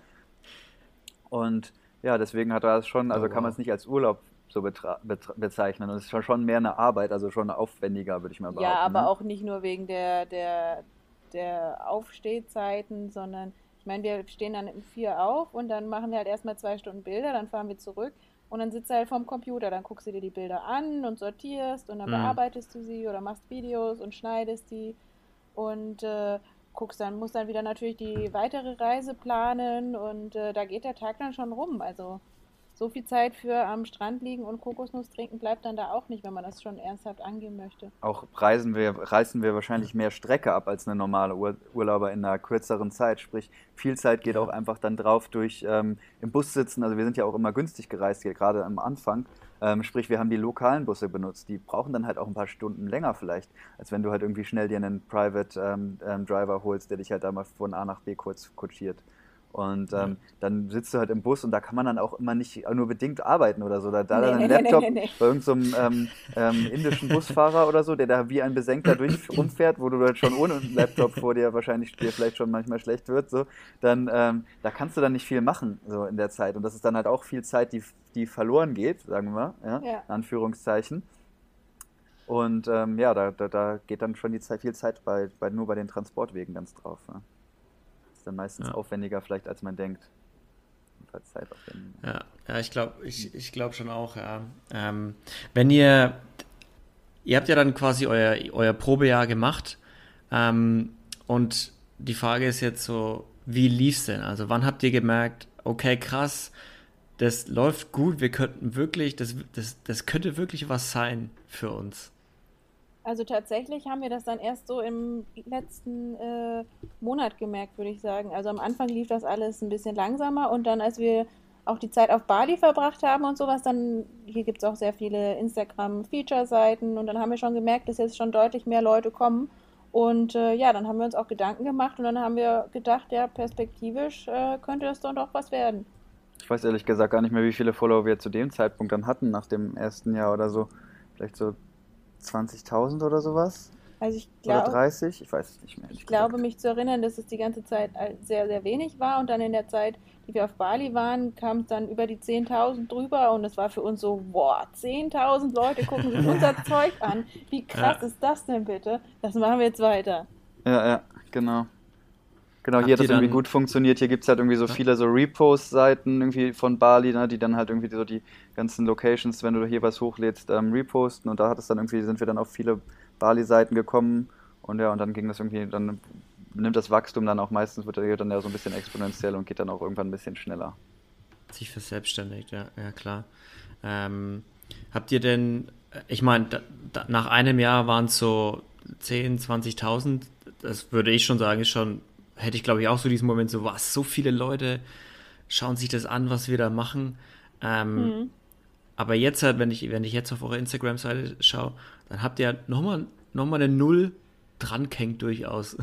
S2: und ja, deswegen hat er es schon, also
S1: Oh
S2: kann man es
S1: wow.
S2: nicht als Urlaub so betra betra bezeichnen und es ist schon schon mehr eine Arbeit, also schon aufwendiger, würde ich mal
S3: Ja,
S2: behaupten,
S3: aber
S2: ne?
S3: auch nicht nur wegen der, der, der Aufstehzeiten, sondern ich meine, wir stehen dann um vier auf und dann machen wir halt erstmal zwei Stunden Bilder, dann fahren wir zurück und dann sitzt du halt vorm Computer, dann guckst du dir die Bilder an und sortierst und dann
S1: Mhm.
S3: bearbeitest du sie oder machst Videos und schneidest die und äh, guckst dann, musst dann wieder natürlich die weitere Reise planen und äh, da geht der Tag dann schon rum. Also so viel Zeit für am Strand liegen und Kokosnuss trinken bleibt dann da auch nicht, wenn man das schon ernsthaft angehen möchte.
S2: Auch reisen wir, reißen wir wahrscheinlich mehr Strecke ab als eine normale Ur Urlauber in einer kürzeren Zeit. Sprich, viel Zeit geht auch
S1: Ja.
S2: einfach dann drauf durch ähm, im Bus sitzen. Also wir sind ja auch immer günstig gereist, hier gerade am Anfang. Ähm, sprich, wir haben die lokalen Busse benutzt. Die brauchen dann halt auch ein paar Stunden länger vielleicht, als wenn du halt irgendwie schnell dir einen Private ähm, ähm, Driver holst, der dich halt da mal von A nach B kurz kutschiert. Und
S1: Ja.
S2: ähm, dann sitzt du halt im Bus und da kann man dann auch immer nicht nur bedingt arbeiten oder so. Da, da
S3: Nee,
S2: dann ein
S3: nee, nee, nee,
S2: Laptop
S3: nee, nee.
S2: bei irgendeinem so ähm, ähm, indischen Busfahrer oder so, der da wie ein Besenkter durch rumfährt, wo du halt schon ohne einen Laptop vor dir wahrscheinlich dir vielleicht schon manchmal schlecht wird, so, dann ähm, da kannst du dann nicht viel machen so in der Zeit. Und das ist dann halt auch viel Zeit, die, die verloren geht, sagen wir mal, ja,
S3: Ja.
S2: in Anführungszeichen. Und ähm, ja, da, da, da geht dann schon die Zeit, viel Zeit bei, bei, nur bei den Transportwegen ganz drauf. Ja. Ist dann meistens
S1: Ja.
S2: aufwendiger vielleicht, als man denkt. Jedenfalls zeitaufwendiger.
S1: Ja, ja, ich glaube, ich, ich glaube schon auch, ja. Ähm, wenn ihr, ihr habt ja dann quasi euer, euer Probejahr gemacht, ähm, und die Frage ist jetzt so, wie lief's denn? Also wann habt ihr gemerkt, okay, krass, das läuft gut, wir könnten wirklich, das, das, das könnte wirklich was sein für uns.
S3: Also tatsächlich haben wir das dann erst so im letzten äh, Monat gemerkt, würde ich sagen. Also am Anfang lief das alles ein bisschen langsamer und dann, als wir auch die Zeit auf Bali verbracht haben und sowas, dann hier gibt es auch sehr viele Instagram-Feature-Seiten und dann haben wir schon gemerkt, dass jetzt schon deutlich mehr Leute kommen. Und äh, ja, dann haben wir uns auch Gedanken gemacht und dann haben wir gedacht, ja, perspektivisch äh, könnte das doch doch was werden.
S2: Ich weiß ehrlich gesagt gar nicht mehr, wie viele Follower wir zu dem Zeitpunkt dann hatten, nach dem ersten Jahr oder so. Vielleicht so zwanzigtausend oder sowas?
S3: Also ich
S2: Oder
S3: glaube,
S2: dreißig? Ich weiß es nicht mehr,
S3: Ich
S2: ehrlich
S3: glaube,
S2: gesagt.
S3: mich zu erinnern, dass es die ganze Zeit al- sehr, sehr wenig war und dann in der Zeit, die wir auf Bali waren, kam es dann über die zehntausend drüber und es war für uns so, boah, zehntausend Leute gucken sich unser Zeug an. Wie krass
S1: Ja.
S3: ist das denn bitte? Das machen wir jetzt weiter.
S2: Ja, ja, genau. Genau, hier hat
S1: Habt ihr
S2: das irgendwie
S1: dann,
S2: gut funktioniert. Hier gibt es halt irgendwie so
S1: ja,
S2: viele so Repost-Seiten irgendwie von Bali, ne, die dann halt irgendwie so die ganzen Locations, wenn du hier was hochlädst, ähm, reposten. Und da hat es dann irgendwie, sind wir dann auf viele Bali-Seiten gekommen. Und ja, und dann ging das irgendwie, dann nimmt das Wachstum dann auch meistens, wird er dann ja so ein bisschen exponentiell und geht dann auch irgendwann ein bisschen schneller.
S1: sich verselbstständigt, ja, ja klar. Ähm, habt ihr denn, ich meine, da, da, nach einem Jahr waren es so zehntausend, zwanzigtausend, das würde ich schon sagen, ist schon, hätte ich glaube ich auch so diesen Moment, so was, so viele Leute schauen sich das an, was wir da machen. Ähm,
S3: Hm.
S1: aber jetzt halt, wenn ich, wenn ich jetzt auf eure Instagram-Seite schaue, dann habt ihr nochmal noch mal eine Null dran gehängt durchaus.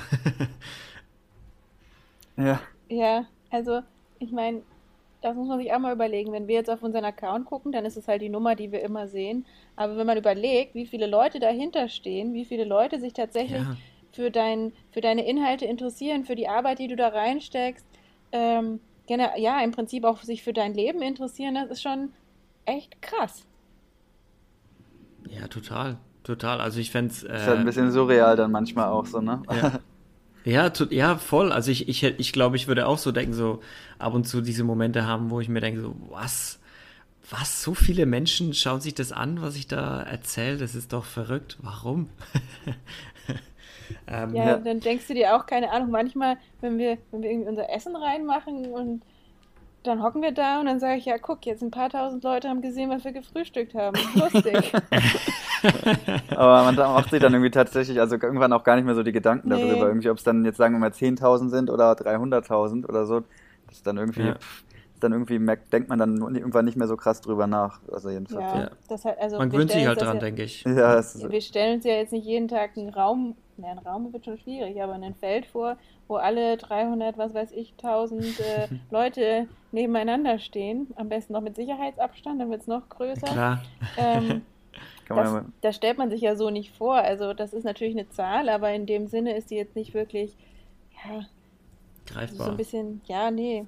S2: Ja,
S3: Ja, also ich meine, das muss man sich auch mal überlegen. Wenn wir jetzt auf unseren Account gucken, dann ist es halt die Nummer, die wir immer sehen. Aber wenn man überlegt, wie viele Leute dahinter stehen, wie viele Leute sich tatsächlich
S1: Ja,
S3: für dein, für deine Inhalte interessieren, für die Arbeit, die du da reinsteckst, ähm, gene- ja, im Prinzip auch sich für dein Leben interessieren, das ist schon echt krass.
S1: ja, total, total. Also ich fände es,
S2: ist halt ein
S1: äh,
S2: bisschen surreal dann manchmal auch so, ne?
S1: ja, ja, to ja, voll. Also ich, ich, hätt- ich glaube, ich würde auch so denken, so ab und zu diese Momente haben, wo ich mir denke, so, was, was, so viele Menschen schauen sich das an, was ich da erzähle, das ist doch verrückt. Warum? ähm,
S3: Ja,
S2: Ja,
S3: dann denkst du dir auch, keine Ahnung, manchmal, wenn wir, wenn wir irgendwie unser Essen reinmachen und dann hocken wir da und dann sage ich, ja, guck, jetzt ein paar tausend Leute haben gesehen, was wir gefrühstückt haben. Lustig.
S2: aber man da- macht sich dann irgendwie tatsächlich, also irgendwann auch gar nicht mehr so die Gedanken darüber,
S3: Nee,
S2: irgendwie, ob es dann jetzt sagen wir mal zehntausend sind oder dreihunderttausend oder so. Das ist dann irgendwie,
S1: ja,
S2: pff, ist dann irgendwie merkt, denkt man dann irgendwann nicht mehr so krass drüber nach. Also jedenfalls so.
S3: ja,
S1: ja.
S3: das hat, also
S1: Man
S3: wir
S1: gewöhnt sich
S3: stellen uns
S1: halt
S3: das
S1: dran,
S3: ja,
S1: denke ich.
S2: Ja, es ist,
S3: wir stellen uns ja jetzt nicht jeden Tag einen Raum, ne, ein Raum wird schon schwierig, aber ein Feld vor, wo alle dreihundert, was weiß ich, tausend äh, Leute nebeneinander stehen. Am besten noch mit Sicherheitsabstand, dann wird es noch größer.
S1: Klar,
S3: Ähm,
S2: kann man ja
S3: das,
S2: mal.
S3: das stellt man sich ja so nicht vor. Also das ist natürlich eine Zahl, aber in dem Sinne ist die jetzt nicht wirklich, ja, so ein
S1: greifbar.
S3: bisschen, ja, nee.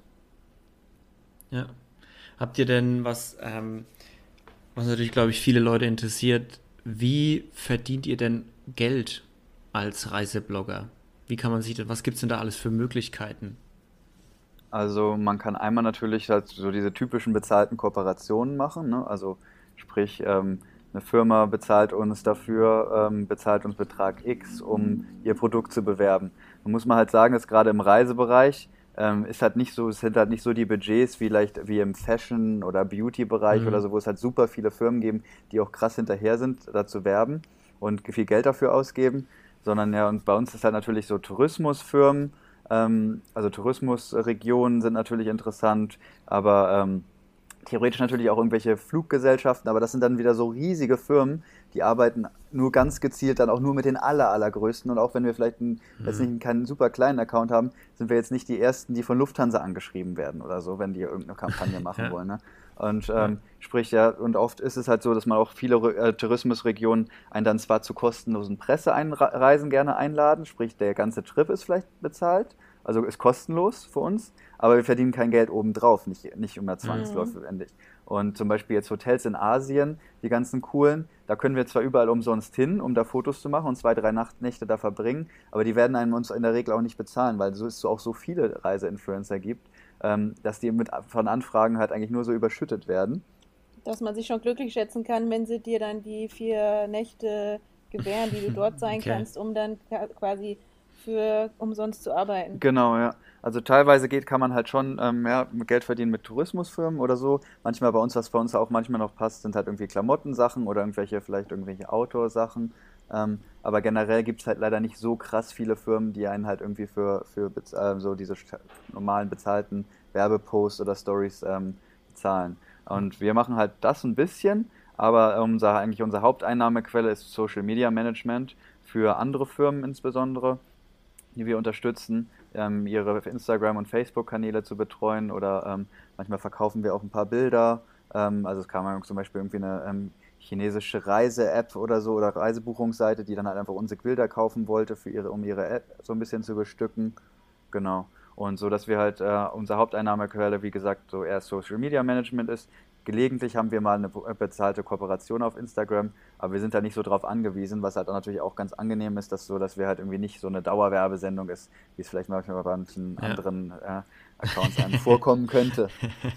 S1: Ja. Habt ihr denn was, ähm, was natürlich, glaube ich, viele Leute interessiert, wie verdient ihr denn Geld als Reiseblogger? Wie kann man sich das, was gibt es denn da alles für Möglichkeiten?
S2: Also man kann einmal natürlich halt so diese typischen bezahlten Kooperationen machen, ne? Also sprich, ähm, eine Firma bezahlt uns dafür, ähm, bezahlt uns Betrag X, um ihr Produkt zu bewerben. Da muss man halt sagen, dass gerade im Reisebereich ähm, ist halt nicht so, es sind halt nicht so die Budgets vielleicht wie im Fashion- oder Beauty-Bereich oder
S1: Hm.
S2: so, wo es halt super viele Firmen geben, die auch krass hinterher sind, da zu werben und viel Geld dafür ausgeben, sondern ja, und bei uns ist halt natürlich so Tourismusfirmen, ähm, also Tourismusregionen sind natürlich interessant, aber ähm, theoretisch natürlich auch irgendwelche Fluggesellschaften, aber das sind dann wieder so riesige Firmen, die arbeiten nur ganz gezielt dann auch nur mit den aller, allergrößten. Und auch wenn wir vielleicht einen, jetzt
S1: Hm.
S2: nicht keinen super kleinen Account haben, sind wir jetzt nicht die Ersten, die von Lufthansa angeschrieben werden oder so, wenn die irgendeine Kampagne machen
S1: Ja,
S2: wollen. Ne? Und
S1: ja,
S2: ähm, sprich, ja, und oft ist es halt so, dass man auch viele äh, Tourismusregionen einen dann zwar zu kostenlosen Pressereisen gerne einladen, sprich, der ganze Trip ist vielleicht bezahlt, also ist kostenlos für uns, aber wir verdienen kein Geld obendrauf, nicht, nicht immer
S1: hm.
S3: Mhm.
S2: zwangsläufig. Und zum Beispiel jetzt Hotels in Asien, die ganzen coolen, da können wir zwar überall umsonst hin, um da Fotos zu machen und zwei, drei Nachtnächte da verbringen, aber die werden einem uns in der Regel auch nicht bezahlen, weil so es so auch so viele Reiseinfluencer gibt, ähm, dass die mit, von Anfragen halt eigentlich nur so überschüttet werden.
S3: Dass man sich schon glücklich schätzen kann, wenn sie dir dann die vier Nächte gewähren, die du dort sein
S1: Okay.
S3: kannst, um dann ka- quasi für umsonst zu arbeiten.
S2: Genau, ja. Also teilweise geht, kann man halt schon ähm, ja, Geld verdienen mit Tourismusfirmen oder so. Manchmal bei uns, was bei uns auch manchmal noch passt, sind halt irgendwie Klamottensachen oder irgendwelche, vielleicht irgendwelche Outdoor-Sachen. Ähm, aber generell gibt es halt leider nicht so krass viele Firmen, die einen halt irgendwie für, für bez- äh, so diese sta- normalen bezahlten Werbeposts oder Stories ähm, bezahlen. Und wir machen halt das ein bisschen, aber unser, eigentlich unsere Haupteinnahmequelle ist Social Media Management für andere Firmen insbesondere, die wir unterstützen, ähm, ihre Instagram- und Facebook-Kanäle zu betreuen oder ähm, manchmal verkaufen wir auch ein paar Bilder. Ähm, also es kam mal zum Beispiel irgendwie eine ähm, chinesische Reise-App oder so oder Reisebuchungsseite, die dann halt einfach unsere Bilder kaufen wollte, für ihre, um ihre App so ein bisschen zu bestücken. Genau. Und so, dass wir halt äh, unsere Haupteinnahmequelle, wie gesagt, so eher Social Media Management ist. Gelegentlich haben wir mal eine bezahlte Kooperation auf Instagram, aber wir sind da nicht so drauf angewiesen, was halt auch natürlich auch ganz angenehm ist, dass so, dass wir halt irgendwie nicht so eine Dauerwerbesendung ist, wie es vielleicht manchmal bei manchen
S1: Ja.
S2: anderen äh, Accounts einem vorkommen könnte.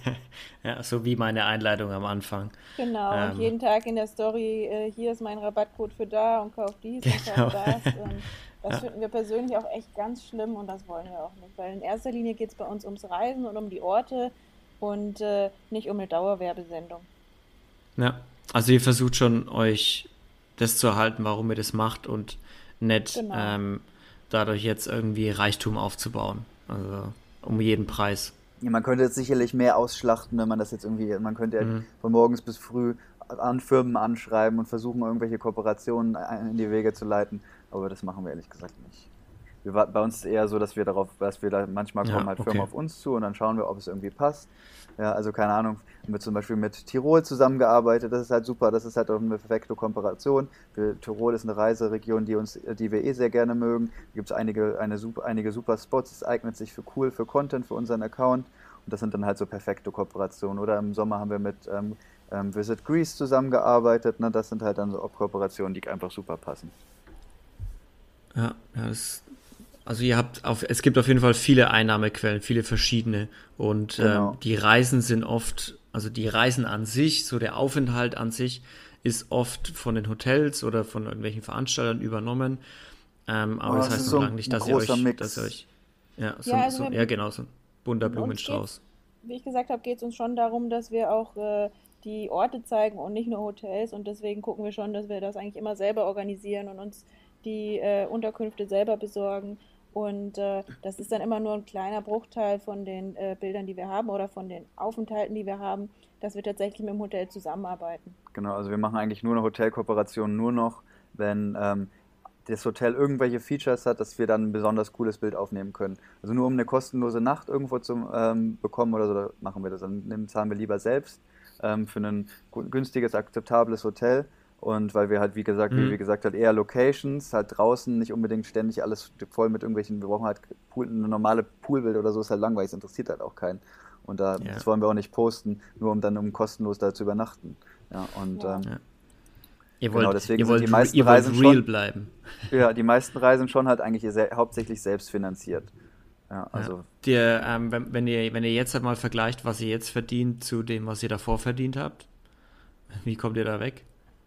S1: Ja, so wie meine Einleitung am Anfang.
S3: Genau, und
S1: Ähm,
S3: jeden Tag in der Story, äh, hier ist mein Rabattcode für da und kauf dies und kauf
S1: genau.
S3: das. Und das
S1: Ja,
S3: finden wir persönlich auch echt ganz schlimm und das wollen wir auch nicht, weil in erster Linie geht es bei uns ums Reisen und um die Orte und äh, nicht um eine Dauerwerbesendung.
S1: ja. Also ihr versucht schon, euch das zu erhalten, warum ihr das macht und nicht
S3: Genau.
S1: ähm, dadurch jetzt irgendwie Reichtum aufzubauen. Also um jeden Preis.
S2: Ja, man könnte jetzt sicherlich mehr ausschlachten, wenn man das jetzt irgendwie, man könnte ja
S1: Mhm.
S2: von morgens bis früh an Firmen anschreiben und versuchen, irgendwelche Kooperationen in die Wege zu leiten, aber das machen wir ehrlich gesagt nicht. Wir, warten- bei uns ist es eher so, dass wir darauf, dass wir da manchmal kommen
S1: Ja,
S2: halt Firmen
S1: okay.
S2: auf uns zu und dann schauen wir, ob es irgendwie passt. Ja, also keine Ahnung, haben wir zum Beispiel mit Tirol zusammengearbeitet, das ist halt super, das ist halt auch eine perfekte Kooperation. Wir, Tirol ist eine Reiseregion, die uns, die wir eh sehr gerne mögen. Da gibt es einige, eine super, einige super Spots, es eignet sich für cool, für Content, für unseren Account und das sind dann halt so perfekte Kooperationen. Oder im Sommer haben wir mit ähm, ähm, Visit Greece zusammengearbeitet, ne? Das sind halt dann so Kooperationen, die einfach super passen.
S1: Ja, ja das, also ihr habt auf, es gibt auf jeden Fall viele Einnahmequellen, viele verschiedene. Und ähm,
S2: Genau.
S1: die Reisen sind oft, also die Reisen an sich, so der Aufenthalt an sich, ist oft von den Hotels oder von irgendwelchen Veranstaltern übernommen. Ähm, aber
S2: Oh,
S1: das
S2: es
S1: heißt
S2: ist
S1: noch
S2: so
S1: lange
S2: ein,
S1: nicht,
S2: ein
S1: dass ihr
S2: großer
S1: euch, dass ihr
S2: Mix.
S1: euch, ja,
S3: Ja,
S1: so,
S3: also
S1: so, ja
S3: wir,
S1: genau, so ein bunter
S3: uns geht's,
S1: Blumenstrauß.
S3: wie ich gesagt habe, geht es uns schon darum, dass wir auch äh, die Orte zeigen und nicht nur Hotels und deswegen gucken wir schon, dass wir das eigentlich immer selber organisieren und uns die äh, Unterkünfte selber besorgen und äh, das ist dann immer nur ein kleiner Bruchteil von den äh, Bildern, die wir haben oder von den Aufenthalten, die wir haben, dass wir tatsächlich mit dem Hotel zusammenarbeiten.
S2: Genau, also wir machen eigentlich nur eine Hotelkooperation, nur noch, wenn ähm, das Hotel irgendwelche Features hat, dass wir dann ein besonders cooles Bild aufnehmen können. Also nur um eine kostenlose Nacht irgendwo zu ähm, bekommen oder so, da machen wir das. Dann nehmen- zahlen wir lieber selbst ähm, für ein gu- günstiges, akzeptables Hotel. Und weil wir halt, wie gesagt, wie wir
S1: Mhm.
S2: gesagt hat, eher Locations, halt draußen, nicht unbedingt ständig alles voll mit irgendwelchen, wir brauchen halt Pool, eine normale Poolbild oder so, ist halt langweilig, das interessiert halt auch keinen. Und da,
S1: Ja,
S2: das wollen wir auch nicht posten, nur um dann um kostenlos da zu übernachten. Ja, und
S3: Ja.
S2: ähm,
S1: ja. Ihr
S2: genau,
S1: wollt,
S2: deswegen
S1: ihr
S2: sind die
S1: wollt, re-
S2: meisten
S1: ihr wollt
S2: Reisen
S1: real
S2: schon,
S1: bleiben.
S2: ja, die meisten Reisen schon halt eigentlich se hauptsächlich selbst finanziert. Ja,
S1: Ja.
S2: also,
S1: Der, ähm, wenn, wenn ihr, wenn ihr jetzt halt mal vergleicht, was ihr jetzt verdient zu dem, was ihr davor verdient habt, wie kommt ihr da weg?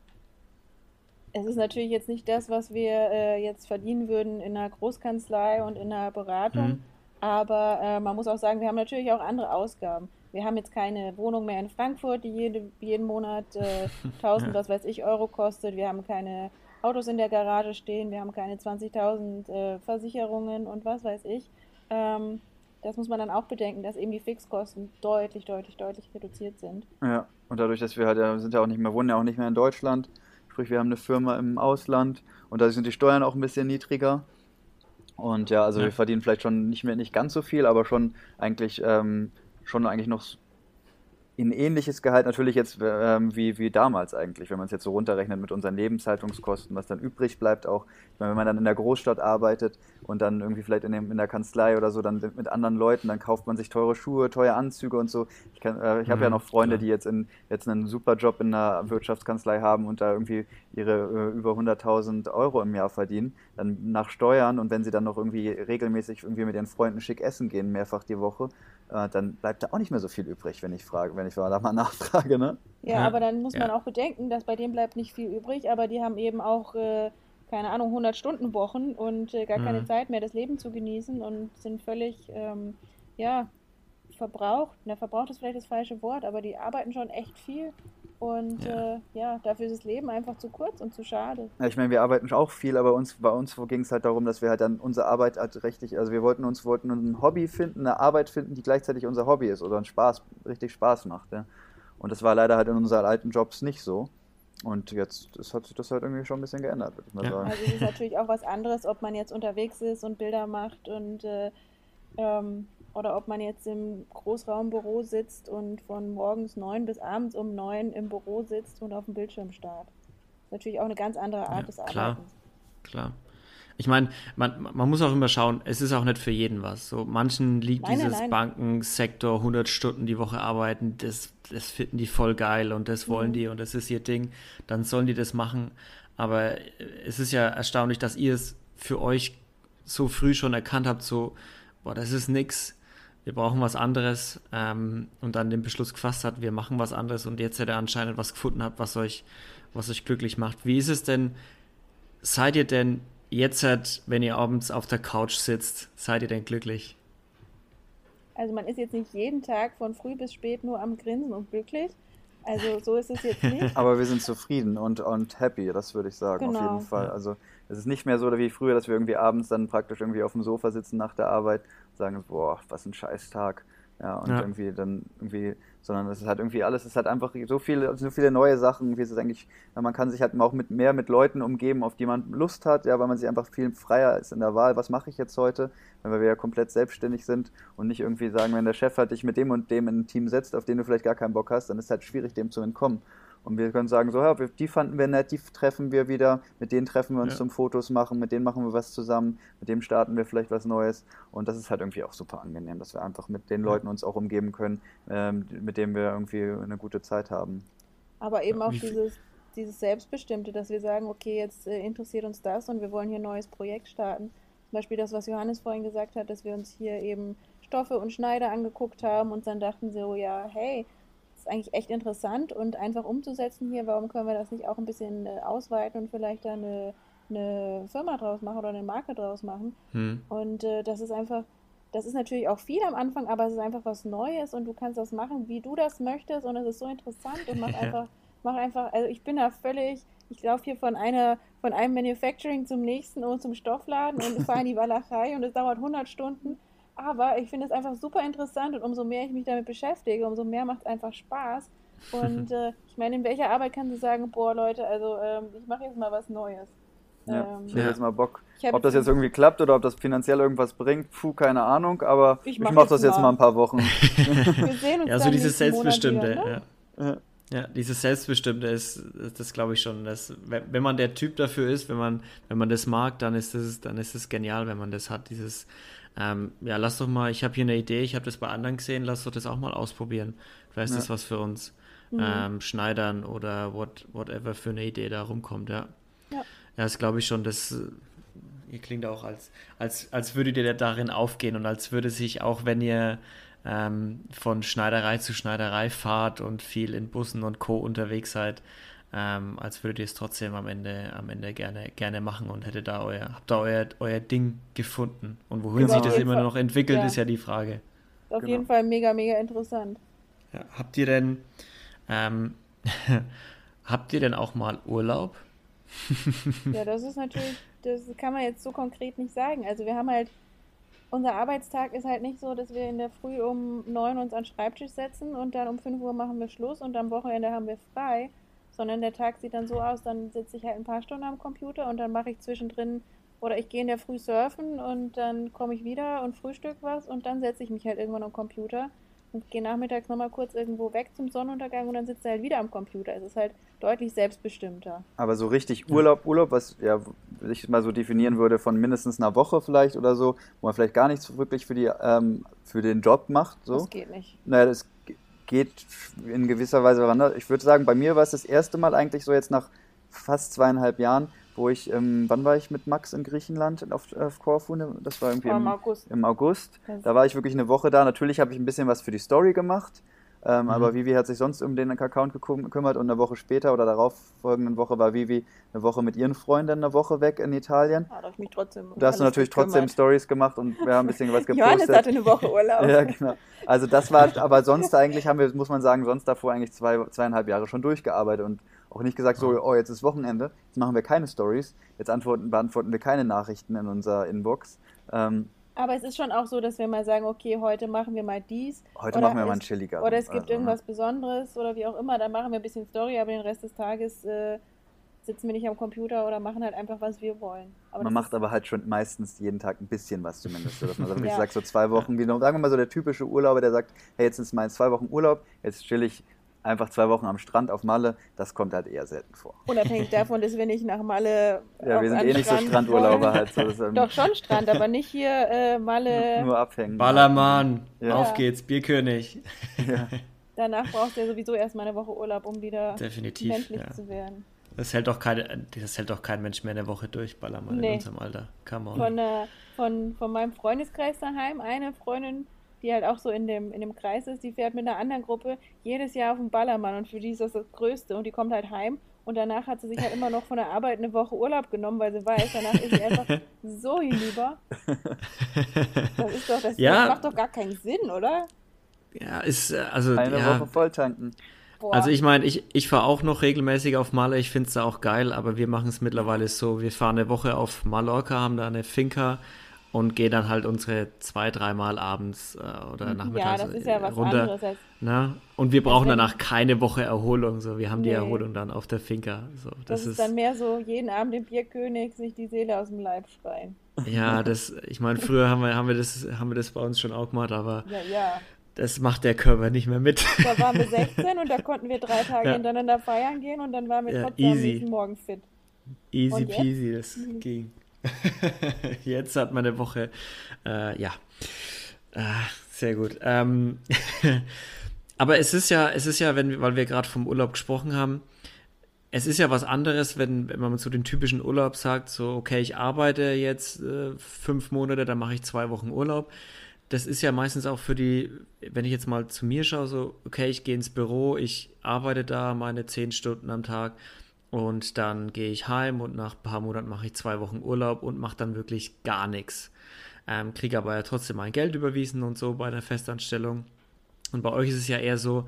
S3: Es ist natürlich jetzt nicht das, was wir äh, jetzt verdienen würden in einer Großkanzlei und in einer Beratung,
S1: Mhm.
S3: aber äh, man muss auch sagen, wir haben natürlich auch andere Ausgaben. Wir haben jetzt keine Wohnung mehr in Frankfurt, die jede, jeden Monat äh, tausend,
S1: Ja.
S3: was weiß ich, Euro kostet. Wir haben keine Autos in der Garage stehen, wir haben keine zwanzigtausend äh, Versicherungen und was weiß ich. Ähm, Das muss man dann auch bedenken, dass eben die Fixkosten deutlich, deutlich, deutlich reduziert sind.
S2: ja, und dadurch, dass wir halt, ja, wir sind ja auch nicht mehr, wohnen ja auch nicht mehr in Deutschland, sprich, wir haben eine Firma im Ausland und da sind die Steuern auch ein bisschen niedriger. Und ja, also wir
S1: Ja.
S2: verdienen vielleicht schon nicht mehr, nicht ganz so viel, aber schon eigentlich, ähm, schon eigentlich noch ein ähnliches Gehalt natürlich jetzt ähm, wie, wie damals eigentlich, wenn man es jetzt so runterrechnet mit unseren Lebenshaltungskosten, was dann übrig bleibt auch. Ich meine, wenn man dann in der Großstadt arbeitet und dann irgendwie vielleicht in, dem, in der Kanzlei oder so, dann mit anderen Leuten, dann kauft man sich teure Schuhe, teure Anzüge und so. Ich, kann, äh, ich habe ja
S1: Mhm,
S2: noch Freunde,
S1: klar.
S2: die jetzt, in, jetzt einen super Job in einer Wirtschaftskanzlei haben und da irgendwie ihre äh, über hunderttausend Euro im Jahr verdienen, dann nach Steuern und wenn sie dann noch irgendwie regelmäßig irgendwie mit ihren Freunden schick essen gehen, mehrfach die Woche, äh, dann bleibt da auch nicht mehr so viel übrig, wenn ich frage, wenn ich da mal nachfrage, ne?
S3: Ja,
S1: Ja.
S3: aber dann muss man
S1: Ja.
S3: auch bedenken, dass bei denen bleibt nicht viel übrig, aber die haben eben auch, äh, keine Ahnung, hundert-Stunden-Wochen und äh, gar keine
S1: Mhm.
S3: Zeit mehr, das Leben zu genießen und sind völlig, ähm, ja, verbraucht. Na, verbraucht ist vielleicht das falsche Wort, aber die arbeiten schon echt viel Und
S1: Ja.
S3: äh, ja, dafür ist das Leben einfach zu kurz und zu schade.
S2: Ja, ich meine, wir arbeiten auch viel, aber uns, bei uns ging es halt darum, dass wir halt dann unsere Arbeit halt richtig, also wir wollten uns wollten ein Hobby finden, eine Arbeit finden, die gleichzeitig unser Hobby ist oder ein Spaß, richtig Spaß macht. Ja. Und das war leider halt in unseren alten Jobs nicht so. Und jetzt das hat sich das halt irgendwie schon ein bisschen geändert, würde ich mal
S1: Ja.
S2: sagen.
S3: Also es ist natürlich auch was anderes, ob man jetzt unterwegs ist und Bilder macht und äh, ähm, oder ob man jetzt im Großraumbüro sitzt und von morgens neun bis abends um neun im Büro sitzt und auf dem Bildschirm starrt. Das ist natürlich auch eine ganz andere
S1: Ja,
S3: Art des
S1: klar,
S3: Arbeitens.
S1: klar. Ich meine, man, man muss auch immer schauen, es ist auch nicht für jeden was. So, manchen liegt
S3: Nein, nein,
S1: dieses
S3: nein.
S1: Bankensektor, hundert Stunden die Woche arbeiten, das, das finden die voll geil und das wollen
S3: Mhm.
S1: die und das ist ihr Ding, dann sollen die das machen. Aber es ist ja erstaunlich, dass ihr es für euch so früh schon erkannt habt, so, boah, das ist nix, wir brauchen was anderes, ähm, und dann den Beschluss gefasst hat, wir machen was anderes und jetzt hat er anscheinend was gefunden habt, was euch, was euch glücklich macht. Wie ist es denn, seid ihr denn jetzt, halt, wenn ihr abends auf der Couch sitzt, seid ihr denn glücklich?
S3: Also man ist jetzt nicht jeden Tag von früh bis spät nur am Grinsen und glücklich. Also so ist es jetzt nicht.
S2: Aber wir sind zufrieden und, und happy, das würde ich sagen, auf jeden
S3: Genau.
S2: Fall.
S1: Ja,
S2: Also es ist nicht mehr so wie früher, dass wir irgendwie abends dann praktisch irgendwie auf dem Sofa sitzen nach der Arbeit und sagen, boah, was ein scheiß Tag. Ja, und
S1: ja,
S2: irgendwie dann irgendwie, sondern es ist halt irgendwie alles, es ist halt einfach so viele, so viele neue Sachen, wie es ist eigentlich, ja, man kann sich halt auch mit mehr mit Leuten umgeben, auf die man Lust hat, ja, weil man sich einfach viel freier ist in der Wahl, was mache ich jetzt heute, weil wir ja komplett selbstständig sind und nicht irgendwie sagen, wenn der Chef halt dich mit dem und dem in ein Team setzt, auf den du vielleicht gar keinen Bock hast, dann ist es halt schwierig, dem zu entkommen. Und wir können sagen, so, ja, wir- die fanden wir nett, die treffen wir wieder, mit denen treffen wir uns
S1: ja,
S2: zum Fotos machen, mit denen machen wir was zusammen, mit dem starten wir vielleicht was Neues. Und das ist halt irgendwie auch super angenehm, dass wir einfach mit den
S1: ja.
S2: Leuten uns auch umgeben können, ähm, mit denen wir irgendwie eine gute Zeit haben.
S3: Aber
S1: Ja,
S3: eben auch
S1: wie viel,
S3: dieses, dieses Selbstbestimmte, dass wir sagen, okay, jetzt äh, interessiert uns das und wir wollen hier ein neues Projekt starten. Zum Beispiel das, was Johannes vorhin gesagt hat, dass wir uns hier eben Stoffe und Schneider angeguckt haben und dann dachten so, ja, hey, das ist eigentlich echt interessant und einfach umzusetzen hier, warum können wir das nicht auch ein bisschen äh, ausweiten und vielleicht da eine, eine Firma draus machen oder eine Marke draus machen?
S1: hm,
S3: Und äh, das ist einfach, das ist natürlich auch viel am Anfang, aber es ist einfach was Neues und du kannst das machen, wie du das möchtest und es ist so interessant und mach
S1: ja,
S3: einfach, mach einfach, also ich bin da völlig, ich laufe hier von einer, von einem Manufacturing zum nächsten und zum Stoffladen und fahre in die Walachei und es dauert hundert Stunden, aber ich finde es einfach super interessant und umso mehr ich mich damit beschäftige, umso mehr macht es einfach Spaß. Und äh, ich meine, in welcher Arbeit kannst du sagen, boah Leute, also ähm, ich mache jetzt mal was Neues.
S2: Ja, ich
S3: Ähm,
S2: hätte
S1: ja,
S2: jetzt mal Bock,
S3: ich habe
S2: ob
S3: jetzt,
S2: das jetzt irgendwie klappt oder ob das finanziell irgendwas bringt, puh, keine Ahnung, aber
S3: ich
S2: ich
S3: mache
S2: mache
S3: jetzt
S2: das jetzt mal
S3: mal.
S2: ein paar Wochen.
S3: Wir sehen uns
S1: ja, so
S3: dann
S1: dieses
S3: nächsten Monat wieder, ne?
S1: Selbstbestimmte, ja.
S2: Ja,
S1: Ja, dieses Selbstbestimmte ist, ist das glaube ich schon. Das, wenn, wenn man der Typ dafür ist, wenn man, wenn man das mag, dann ist es, dann ist es genial, wenn man das hat. Dieses, ähm, ja, lass doch mal, ich habe hier eine Idee, ich habe das bei anderen gesehen, lass doch das auch mal ausprobieren. Vielleicht ist
S2: ja.
S1: das was für uns.
S3: Mhm.
S1: Ähm, Schneidern oder what, whatever für eine Idee da rumkommt, ja.
S3: Ja.
S1: Ja, das glaube ich schon, das äh, ihr klingt auch, als, als, als würdet ihr darin aufgehen und als würde sich auch, wenn ihr ähm, von Schneiderei zu Schneiderei fahrt und viel in Bussen und Co. unterwegs seid, ähm, als würdet ihr es trotzdem am Ende, am Ende gerne, gerne machen und hättet da euer, habt da euer, euer Ding gefunden. Und wohin
S3: Ist
S1: sich
S3: auf
S2: Genau,
S1: das
S2: ja,
S3: jeden
S1: immer
S3: Fall,
S1: noch entwickelt, ist
S3: ja,
S1: ja die Frage.
S3: ist auf jeden
S2: genau.
S3: Fall mega, mega interessant.
S1: Ja, habt ihr denn, ähm, habt ihr denn auch mal Urlaub?
S3: Ja, das ist natürlich, das kann man jetzt so konkret nicht sagen. Also wir haben halt, unser Arbeitstag ist halt nicht so, dass wir in der Früh um neun uns an den Schreibtisch setzen und dann um fünf Uhr machen wir Schluss und am Wochenende haben wir frei, sondern der Tag sieht dann so aus, dann sitze ich halt ein paar Stunden am Computer und dann mache ich zwischendrin oder ich gehe in der Früh surfen und dann komme ich wieder und frühstück was und dann setze ich mich halt irgendwann am Computer und gehe nachmittags nochmal kurz irgendwo weg zum Sonnenuntergang und dann sitze ich halt wieder am Computer. Es ist halt deutlich selbstbestimmter.
S2: Aber so richtig
S1: Ja,
S2: Urlaub, Urlaub, was ja, ich mal so definieren würde von mindestens einer Woche vielleicht oder so, wo man vielleicht gar nichts wirklich für die, ähm, für den Job macht,
S3: Das
S2: so.
S3: geht nicht.
S2: Naja, das ge- geht in gewisser Weise ran. Ich würde sagen, bei mir war es das erste Mal eigentlich so jetzt nach fast zweieinhalb Jahren, wo ich, ähm, wann war ich mit Max in Griechenland auf, auf Korfu? Ne? Das war irgendwie
S3: Oh, im
S2: im,
S3: August.
S2: im August.
S3: Das,
S2: Da war ich wirklich eine Woche da. Natürlich habe ich ein bisschen was für die Story gemacht, Ähm,
S1: Mhm.
S2: aber Vivi hat sich sonst um den Account geküm- gekümmert und eine Woche später oder darauf folgenden Woche war Vivi eine Woche mit ihren Freunden eine Woche weg in Italien.
S3: Da habe ich mich trotzdem um
S2: Da hast du
S3: alles
S2: natürlich trotzdem
S3: gekümmert.
S2: Stories gemacht und wir haben ein bisschen was
S3: Johannes
S2: gepostet.
S3: hatte eine Woche Urlaub.
S2: Ja, genau. Also das war, aber sonst eigentlich haben wir, muss man sagen, sonst davor eigentlich zwei, zweieinhalb Jahre schon durchgearbeitet und auch nicht gesagt so, oh, jetzt ist Wochenende, jetzt machen wir keine Stories, jetzt antworten, beantworten wir keine Nachrichten in unserer Inbox. Ähm,
S3: Aber es ist schon auch so, dass wir mal sagen, okay, heute machen wir mal dies.
S2: heute
S3: oder
S2: machen wir mal
S3: es,
S2: einen chilliger.
S3: Oder es gibt
S2: Also, ne?
S3: irgendwas Besonderes oder wie auch immer, dann machen wir ein bisschen Story, aber den Rest des Tages äh, sitzen wir nicht am Computer oder machen halt einfach, was wir wollen. Aber
S2: Man
S3: das
S2: macht
S3: ist,
S2: aber halt schon meistens jeden Tag ein bisschen was zumindest. So, dass man so wirklich
S3: Ja.
S2: sagt, so zwei Wochen, wie, sagen wir mal so der typische Urlauber, der sagt, hey, jetzt ist mal zwei Wochen Urlaub, jetzt chill ich einfach zwei Wochen am Strand auf Malle, das kommt halt eher selten vor.
S3: unabhängig davon, dass wir nicht nach Malle
S2: Ja,
S3: auf
S2: wir sind
S3: an
S2: eh nicht so
S3: Strand
S2: Strandurlauber
S3: wollen.
S2: halt. So, das ist, ähm,
S3: Doch schon Strand, aber nicht hier äh, Malle.
S2: nur abhängen.
S1: Ballermann,
S2: Ja.
S1: auf geht's, Bierkönig.
S2: Ja.
S3: Danach brauchst du ja sowieso erstmal eine Woche Urlaub, um wieder
S1: Definitiv,
S3: menschlich
S1: ja.
S3: zu werden.
S1: Das hält doch keine, das hält doch kein Mensch mehr eine Woche durch, Ballermann in
S3: Nee.
S1: unserem Alter. Come on.
S3: Von, äh, von, von meinem Freundeskreis daheim, eine Freundin, die halt auch so in dem, in dem Kreis ist, die fährt mit einer anderen Gruppe jedes Jahr auf den Ballermann und für die ist das das Größte und die kommt halt heim und danach hat sie sich halt immer noch von der Arbeit eine Woche Urlaub genommen, weil sie weiß, danach ist sie einfach so hinüber. Das ist doch, das,
S1: Ja.
S3: das macht doch gar keinen Sinn, oder?
S1: Ja, ist, äh, also,
S2: Eine
S1: ja,
S2: Woche volltanken.
S3: Boah.
S1: also ich meine, ich, ich fahre auch noch regelmäßig auf Malle, ich finde es da auch geil, aber wir machen es mittlerweile so, wir fahren eine Woche auf Mallorca, haben da eine Finca und gehen dann halt unsere zwei, dreimal abends äh, oder nachmittags
S3: ja, das ist ja
S1: äh,
S3: was
S1: runter.
S3: anderes als
S1: Ne? Und wir brauchen
S3: wenn-
S1: danach keine Woche Erholung, so. Wir haben die
S3: Nee.
S1: Erholung dann auf der Finca. So.
S3: das,
S1: Das,
S3: ist
S1: ist,
S3: dann mehr so jeden Abend dem Bierkönig sich die Seele aus dem Leib schreien.
S1: ja, das, ich meine, früher haben wir, haben wir das, haben wir das bei uns schon auch gemacht, aber
S3: Ja, ja.
S1: das macht der Körper nicht mehr mit.
S3: Da waren wir sechzehn und da konnten wir drei Tage
S1: Ja.
S3: hintereinander feiern gehen und dann waren wir
S1: Ja,
S3: trotzdem am
S1: easy.
S3: nächsten Morgen fit.
S1: Easy
S3: Und jetzt?
S1: peasy, das ging. Jetzt hat man eine Woche, äh, ja, ah, sehr gut. Ähm, aber es ist ja, es ist ja, wenn, weil wir gerade vom Urlaub gesprochen haben, es ist ja was anderes, wenn, wenn man so den typischen Urlaub sagt, so, okay, ich arbeite jetzt äh, fünf Monate, dann mache ich zwei Wochen Urlaub. Das ist ja meistens auch für die, wenn ich jetzt mal zu mir schaue, so, okay, ich gehe ins Büro, ich arbeite da meine zehn Stunden am Tag und dann gehe ich heim und nach ein paar Monaten mache ich zwei Wochen Urlaub und mache dann wirklich gar nichts. Ähm, kriege aber ja trotzdem mein Geld überwiesen und so bei der Festanstellung. Und bei euch ist es ja eher so,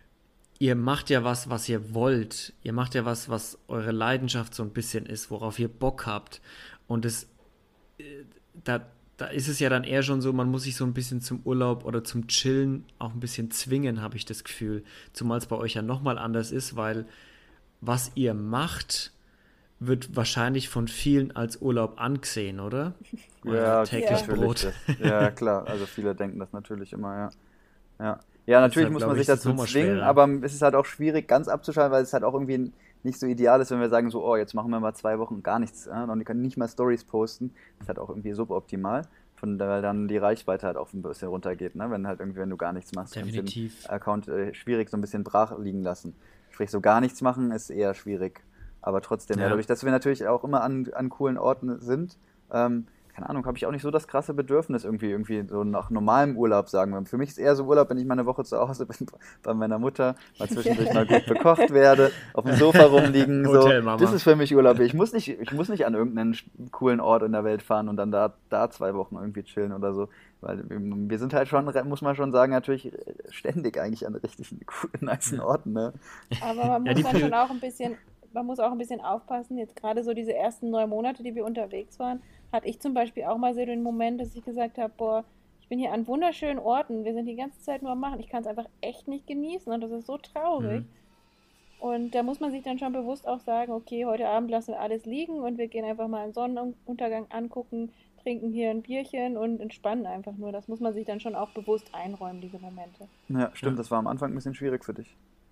S1: ihr macht ja was, was ihr wollt. Ihr macht ja was, was eure Leidenschaft so ein bisschen ist, worauf ihr Bock habt. Und es, äh, da, da ist es ja dann eher schon so, man muss sich so ein bisschen zum Urlaub oder zum Chillen auch ein bisschen zwingen, habe ich das Gefühl. Zumal es bei euch ja nochmal anders ist, weil was ihr macht, wird wahrscheinlich von vielen als Urlaub angesehen, oder? Euer
S2: Ja,
S1: täglich
S3: Ja.
S2: natürlich.
S1: Brot.
S2: Das, ja, klar. Also viele denken das natürlich immer, ja. Ja, ja natürlich
S1: Deshalb
S2: muss
S1: glaub
S2: man
S1: ich,
S2: sich
S1: ist es
S2: dazu
S1: noch mal
S2: zwingen,
S1: schwerer.
S2: aber es ist halt auch schwierig, ganz abzuschalten, weil es halt auch irgendwie nicht so ideal ist, wenn wir sagen so, oh, jetzt machen wir mal zwei Wochen gar nichts, ja, und die können nicht mal Stories posten. Das ist halt auch irgendwie suboptimal, von weil dann die Reichweite halt auch ein bisschen runtergeht, ne? Wenn halt irgendwie, wenn du gar nichts machst, kannst du den
S1: Definitiv.
S2: Account äh, schwierig so ein bisschen brach liegen lassen. Sprich, so gar nichts machen ist eher schwierig. Aber trotzdem, ja.
S1: Ja.
S2: dadurch, dass wir natürlich auch immer an, an coolen Orten sind, ähm, keine Ahnung, habe ich auch nicht so das krasse Bedürfnis irgendwie, irgendwie so nach normalem Urlaub, sagen wir. Für mich ist eher so Urlaub, wenn ich mal eine Woche zu Hause bin bei meiner Mutter, mal zwischendurch mal gut bekocht werde, auf dem Sofa rumliegen. So.
S1: Hotelmama.
S2: Das ist für mich Urlaub. Ich muss nicht, ich muss nicht an irgendeinen sch- coolen Ort in der Welt fahren und dann da, da zwei Wochen irgendwie chillen oder so. Weil wir, wir sind halt schon, muss man schon sagen, natürlich ständig eigentlich an richtig coolen, nicen Orten. Ne?
S3: Aber man
S1: Ja,
S3: muss
S1: die
S3: dann
S1: Pri-
S3: schon auch ein bisschen, man muss auch ein bisschen aufpassen. Jetzt gerade so diese ersten neun Monate, die wir unterwegs waren, hatte ich zum Beispiel auch mal so den Moment, dass ich gesagt habe, boah, ich bin hier an wunderschönen Orten, wir sind die ganze Zeit nur am Machen, ich kann es einfach echt nicht genießen und das ist so traurig.
S1: Mhm.
S3: Und da muss man sich dann schon bewusst auch sagen, okay, heute Abend lassen wir alles liegen und wir gehen einfach mal einen Sonnenuntergang angucken, trinken hier ein Bierchen und entspannen einfach nur. Das muss man sich dann schon auch bewusst einräumen, diese Momente.
S2: Ja, stimmt,
S1: Ja.
S2: das war am Anfang ein bisschen schwierig für dich.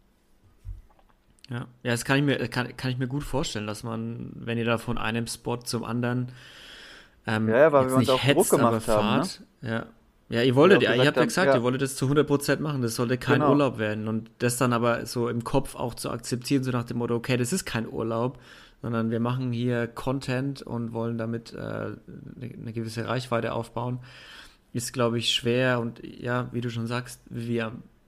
S1: Ja, ja, das kann ich mir, kann, kann ich mir gut vorstellen, dass man, wenn ihr da von einem Spot zum anderen ähm,
S2: Ja, ja, weil
S1: jetzt
S2: wir uns
S1: nicht
S2: auch Druck
S1: hetzt, aber
S2: gemacht haben, ne?
S1: fahrt. Ja. Ja, ihr wolltet,
S2: Wir auch
S1: ja, ihr
S2: gesagt
S1: habt ja
S2: haben,
S1: gesagt,
S2: ja.
S1: ihr wolltet das zu hundert Prozent machen, das sollte kein
S2: Genau.
S1: Urlaub werden und das dann aber so im Kopf auch zu akzeptieren, so nach dem Motto, okay, das ist kein Urlaub, sondern wir machen hier Content und wollen damit äh, eine, eine gewisse Reichweite aufbauen, ist, glaube ich, schwer und ja, wie du schon sagst, wir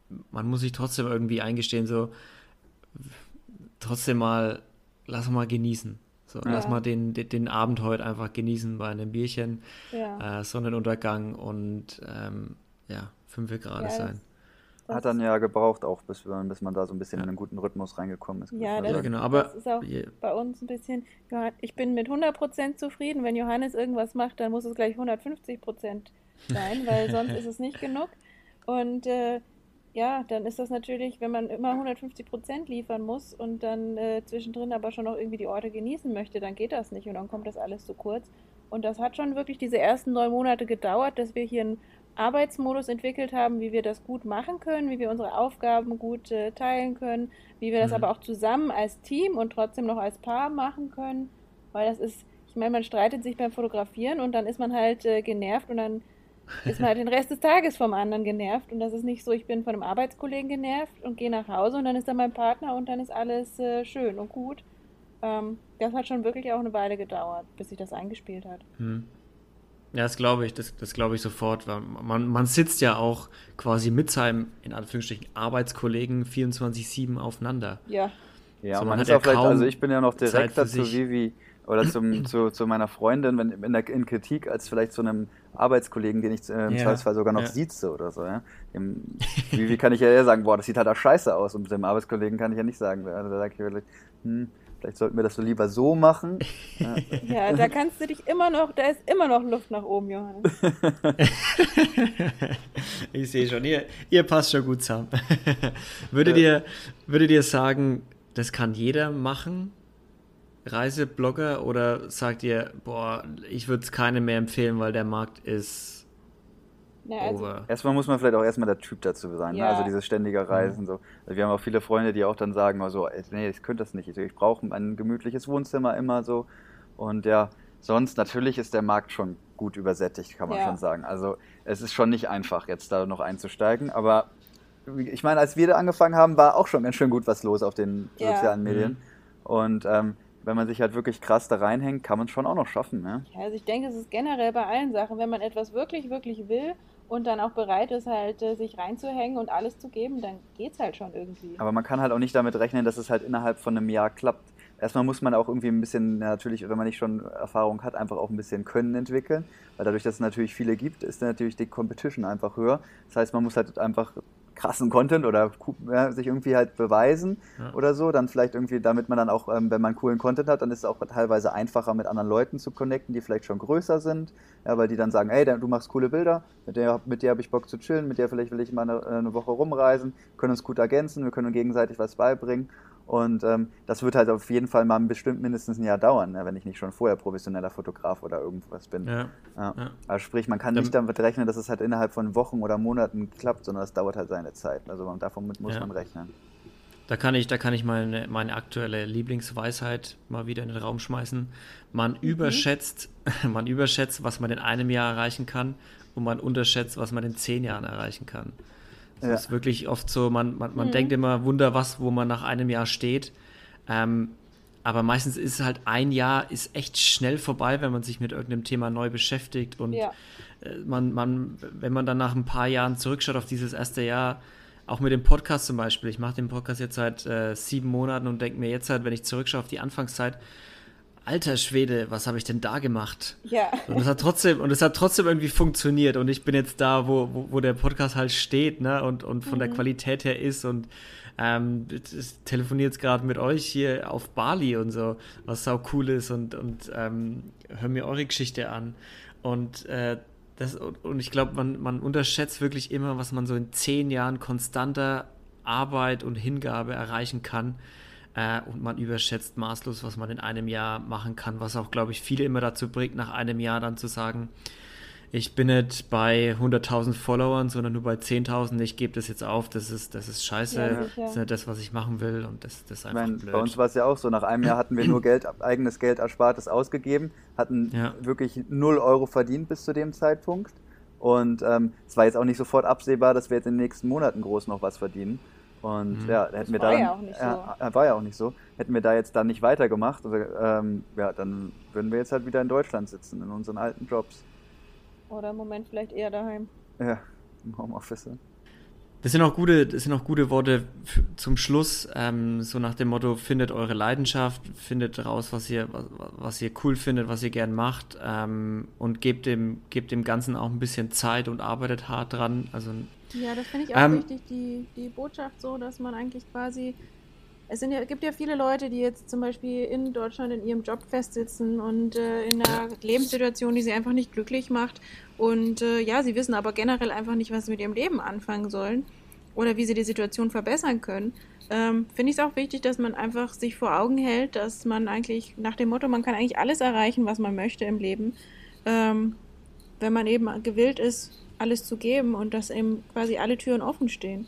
S1: man muss sich trotzdem irgendwie eingestehen, so trotzdem mal, lass mal genießen. So,
S3: Ja.
S1: lass mal den, den, den Abend heute einfach genießen bei einem Bierchen,
S3: Ja.
S1: äh, Sonnenuntergang und ähm, ja, fünf Grad
S3: Ja,
S1: sein.
S3: das,
S2: Hat dann ja gebraucht auch, bis, wir, bis man da so ein bisschen
S1: Ja,
S2: in einen guten Rhythmus reingekommen ist, würde ich
S3: ja,
S2: mal
S3: das,
S1: ja
S2: sagen.
S1: genau,
S3: das
S1: aber
S3: ist auch
S1: je,
S3: bei uns ein bisschen, Johann- ich bin mit hundert Prozent zufrieden. Wenn Johannes irgendwas macht, dann muss es gleich hundertfünfzig Prozent sein, weil sonst ist es nicht genug. Und äh, ja, dann ist das natürlich, wenn man immer hundertfünfzig Prozent liefern muss und dann äh, zwischendrin aber schon noch irgendwie die Orte genießen möchte, dann geht das nicht und dann kommt das alles zu kurz. Und das hat schon wirklich diese ersten neun Monate gedauert, dass wir hier einen Arbeitsmodus entwickelt haben, wie wir das gut machen können, wie wir unsere Aufgaben gut äh, teilen können, wie wir das
S1: mhm.
S3: aber auch zusammen als Team und trotzdem noch als Paar machen können, weil das ist, ich meine, man streitet sich beim Fotografieren und dann ist man halt äh, genervt und dann ist man halt den Rest des Tages vom anderen genervt und das ist nicht so, ich bin von einem Arbeitskollegen genervt und gehe nach Hause und dann ist da mein Partner und dann ist alles äh, schön und gut. Ähm, das hat schon wirklich auch eine Weile gedauert, bis sich das eingespielt hat.
S1: Mhm. Ja, das glaube ich, das, das glaube ich sofort, weil man, man sitzt ja auch quasi mit seinem, in Anführungsstrichen, Arbeitskollegen vierundzwanzig sieben aufeinander.
S3: Ja,
S2: Ja,
S1: So,
S2: und
S1: man
S2: man
S1: hat
S2: ist
S1: ja
S2: auch vielleicht, also
S1: kaum
S2: ich bin ja noch
S1: Zeit für
S2: direkter zu
S1: sich.
S2: Vivi oder zum, zu, zu meiner Freundin, wenn in, der, in Kritik, als vielleicht zu einem Arbeitskollegen, den ich äh, im
S1: Ja,
S2: Zweifelsfall sogar noch
S1: ja.
S2: sieze oder so. Ja. Dem, Vivi kann ich ja eher sagen, boah, das sieht halt auch scheiße aus. Und mit dem Arbeitskollegen kann ich ja nicht sagen. Also da sage ich wirklich, hm, vielleicht sollten wir das so lieber so machen. Ja.
S3: ja, da kannst du dich immer noch, da ist immer noch Luft nach oben, Johannes.
S1: Ich sehe schon, ihr, ihr passt schon gut zusammen. Würdet
S2: Äh,
S1: ihr, würdet ihr sagen, das kann jeder machen, Reiseblogger, oder sagt ihr, boah, ich würde es keinem mehr empfehlen, weil der Markt ist
S3: Na, also,
S1: over?
S2: Erstmal muss man vielleicht auch erstmal der Typ dazu sein, ne? Also
S3: ja,
S2: dieses ständige
S1: Mhm.
S2: Reisen so. Also wir haben auch viele Freunde, die auch dann sagen, also, ey, nee, ich könnte das nicht. Also ich brauche ein gemütliches Wohnzimmer immer so. Und ja, sonst natürlich ist der Markt schon gut übersättigt, kann man schon
S3: ja,
S2: sagen. Also es ist schon nicht einfach, jetzt da noch einzusteigen. Aber ich meine, als wir da angefangen haben, war auch schon ganz schön gut was los auf den
S3: ja.
S2: sozialen Medien.
S1: Mhm.
S2: Und ähm, wenn man sich halt wirklich krass da reinhängt, kann man es schon auch noch schaffen, ne?
S3: Ja, also ich denke, es ist generell bei allen Sachen, wenn man etwas wirklich, wirklich will und dann auch bereit ist, halt äh, sich reinzuhängen und alles zu geben, dann geht's halt schon irgendwie.
S2: Aber man kann halt auch nicht damit rechnen, dass es halt innerhalb von einem Jahr klappt. Erstmal muss man auch irgendwie ein bisschen, ja, natürlich, wenn man nicht schon Erfahrung hat, einfach auch ein bisschen Können entwickeln. Weil dadurch, dass es natürlich viele gibt, ist natürlich die Competition einfach höher. Das heißt, man muss halt einfach krassen Content oder ja, sich irgendwie halt beweisen
S1: Ja.
S2: oder so. Dann vielleicht irgendwie, damit man dann auch, ähm, wenn man coolen Content hat, dann ist es auch teilweise einfacher, mit anderen Leuten zu connecten, die vielleicht schon größer sind. Ja, weil die dann sagen, ey, du machst coole Bilder, mit der, mit der habe ich Bock zu chillen, mit der vielleicht will ich mal eine, eine Woche rumreisen, können uns gut ergänzen, wir können uns gegenseitig was beibringen. Und ähm, das wird halt auf jeden Fall mal bestimmt mindestens ein Jahr dauern, ne, wenn ich nicht schon vorher professioneller Fotograf oder irgendwas bin.
S1: Ja.
S2: Ja.
S1: Ja.
S2: Also sprich, man kann
S1: Dann,
S2: nicht damit rechnen, dass es halt innerhalb von Wochen oder Monaten klappt, sondern es dauert halt seine Zeit. Also man, davon muss
S1: ja.
S2: man rechnen.
S1: Da kann ich, da kann ich meine, meine aktuelle Lieblingsweisheit mal wieder in den Raum schmeißen. Man
S3: Mhm.
S1: überschätzt, man überschätzt, was man in einem Jahr erreichen kann, und man unterschätzt, was man in zehn Jahren erreichen kann. Es
S2: Ja.
S1: ist wirklich oft so, man, man, man denkt
S3: Mhm.
S1: immer, Wunder was, wo man nach einem Jahr steht. Ähm, aber meistens ist halt ein Jahr ist echt schnell vorbei, wenn man sich mit irgendeinem Thema neu beschäftigt. Und
S3: Ja,
S1: äh, man, man, wenn man dann nach ein paar Jahren zurückschaut auf dieses erste Jahr, auch mit dem Podcast zum Beispiel. Ich mache den Podcast jetzt seit äh, sieben Monaten und denke mir jetzt halt, wenn ich zurückschaue auf die Anfangszeit, alter Schwede, was habe ich denn da gemacht?
S3: ja,
S1: Und es hat trotzdem, und es hat trotzdem irgendwie funktioniert. Und ich bin jetzt da, wo, wo, wo der Podcast halt steht, ne? Und, und von der
S3: mhm.
S1: Qualität her ist. Und ähm, ich telefoniere jetzt gerade mit euch hier auf Bali und so, was sau cool ist, und, und ähm, hör mir eure Geschichte an. Und äh, das, und, und ich glaube, man, man unterschätzt wirklich immer, was man so in zehn Jahren konstanter Arbeit und Hingabe erreichen kann. Äh, und man überschätzt maßlos, was man in einem Jahr machen kann, was auch, glaube ich, viele immer dazu bringt, nach einem Jahr dann zu sagen, ich bin nicht bei hunderttausend Followern, sondern nur bei zehntausend, ich gebe das jetzt auf, das ist, das ist scheiße,
S3: Ja,
S2: Ja.
S1: das ist
S3: sicher.
S1: nicht das, was ich machen will, und das, das ist
S2: Ich
S1: einfach
S2: meine, bei uns
S1: blöd.
S2: war es ja auch so, nach einem Jahr hatten wir nur Geld, eigenes Geld erspartes ausgegeben, hatten
S1: Ja,
S2: wirklich null Euro verdient bis zu dem Zeitpunkt. Und ähm, es war jetzt auch nicht sofort absehbar, dass wir jetzt in den nächsten Monaten groß noch was verdienen. Und
S1: mhm.
S2: ja, da hätten
S3: Das
S2: wir
S3: war
S2: da
S3: ja
S2: dann,
S3: auch nicht
S2: ja,
S3: so.
S2: äh, war ja auch nicht so, hätten wir da jetzt dann nicht weitergemacht, also, ähm, ja, dann würden wir jetzt halt wieder in Deutschland sitzen, in unseren alten Jobs.
S3: Oder im Moment vielleicht eher daheim.
S2: Ja, im Homeoffice.
S1: Das sind auch gute, das sind auch gute Worte f- zum Schluss, ähm, so nach dem Motto, findet eure Leidenschaft, findet raus, was ihr, was, was ihr cool findet, was ihr gern macht, ähm, und gebt dem, gebt dem Ganzen auch ein bisschen Zeit und arbeitet hart dran. Also,
S3: Ja, das finde ich auch
S1: ähm,
S3: wichtig, die, die Botschaft so, dass man eigentlich quasi, es sind ja, gibt ja viele Leute, die jetzt zum Beispiel in Deutschland in ihrem Job festsitzen und äh, in
S1: ja,
S3: einer Lebenssituation, die sie einfach nicht glücklich macht. Und äh, ja, sie wissen aber generell einfach nicht, was sie mit ihrem Leben anfangen sollen oder wie sie die Situation verbessern können. Ähm, finde ich es auch wichtig, dass man einfach sich vor Augen hält, dass man eigentlich nach dem Motto, man kann eigentlich alles erreichen, was man möchte im Leben, ähm, wenn man eben gewillt ist, alles zu geben und dass eben quasi alle Türen offen stehen.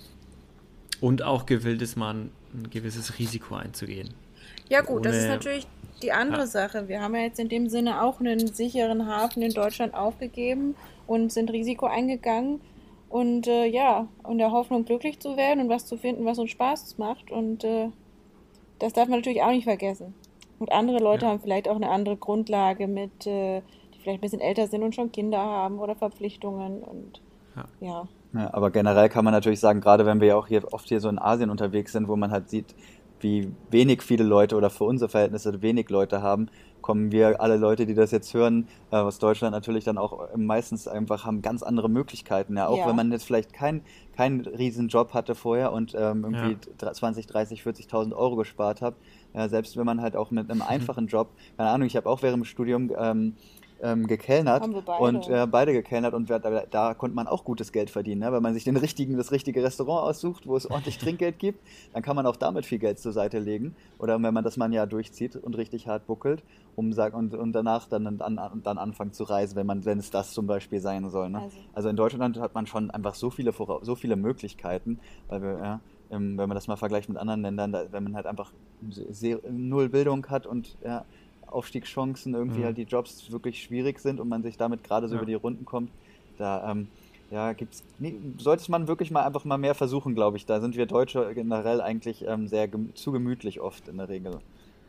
S1: und auch gewillt ist man, ein gewisses Risiko einzugehen.
S3: Ja
S1: So
S3: gut, das ist
S1: ohne,
S3: natürlich die andere
S1: ja,
S3: Sache. Wir haben ja jetzt in dem Sinne auch einen sicheren Hafen in Deutschland aufgegeben und sind Risiko eingegangen und äh, ja, in der Hoffnung glücklich zu werden und was zu finden, was uns Spaß macht und äh, das darf man natürlich auch nicht vergessen. Und andere Leute
S1: ja,
S3: haben vielleicht auch eine andere Grundlage mit, äh, die vielleicht ein bisschen älter sind und schon Kinder haben oder Verpflichtungen und
S1: ja,
S3: ja.
S2: Ja, aber generell kann man natürlich sagen, gerade wenn wir ja auch hier oft hier so in Asien unterwegs sind, wo man halt sieht, wie wenig viele Leute oder für unsere Verhältnisse wenig Leute haben, kommen wir alle Leute, die das jetzt hören, äh, aus Deutschland natürlich dann auch meistens einfach haben ganz andere Möglichkeiten. Ja, auch wenn
S3: Ja,
S2: man jetzt vielleicht keinen keinen riesen Job hatte vorher und ähm, irgendwie
S1: ja,
S2: zwanzig, dreißig, vierzigtausend Euro gespart hat. Ja, selbst wenn man halt auch mit einem einfachen Job, keine Ahnung, ich habe auch während dem Studium ähm, ähm, gekellnert
S3: haben wir
S2: und
S3: beide.
S2: äh, beide gekellnert und da, da konnte man auch gutes Geld verdienen, ne? Wenn man sich den richtigen, das richtige Restaurant aussucht, wo es ordentlich Trinkgeld gibt, dann kann man auch damit viel Geld zur Seite legen. Oder wenn man das mal ein Jahr durchzieht und richtig hart buckelt, um sag, und, und danach dann, dann, dann anfangen zu reisen, wenn man, wenn es das zum Beispiel sein soll. Ne?
S3: Also,
S2: Also in Deutschland hat man schon einfach so viele, Vora- so viele Möglichkeiten, weil wir, ja, ähm, wenn man das mal vergleicht mit anderen Ländern, da, wenn man halt einfach sehr, null Bildung hat und ja, Aufstiegschancen irgendwie
S1: mhm,
S2: halt die Jobs wirklich schwierig sind und man sich damit gerade so über
S1: ja.
S2: die Runden kommt, da ähm, ja, gibt's nee, sollte man wirklich mal einfach mal mehr versuchen, glaube ich. Da sind wir Deutsche generell eigentlich ähm, sehr gem zu gemütlich oft in der Regel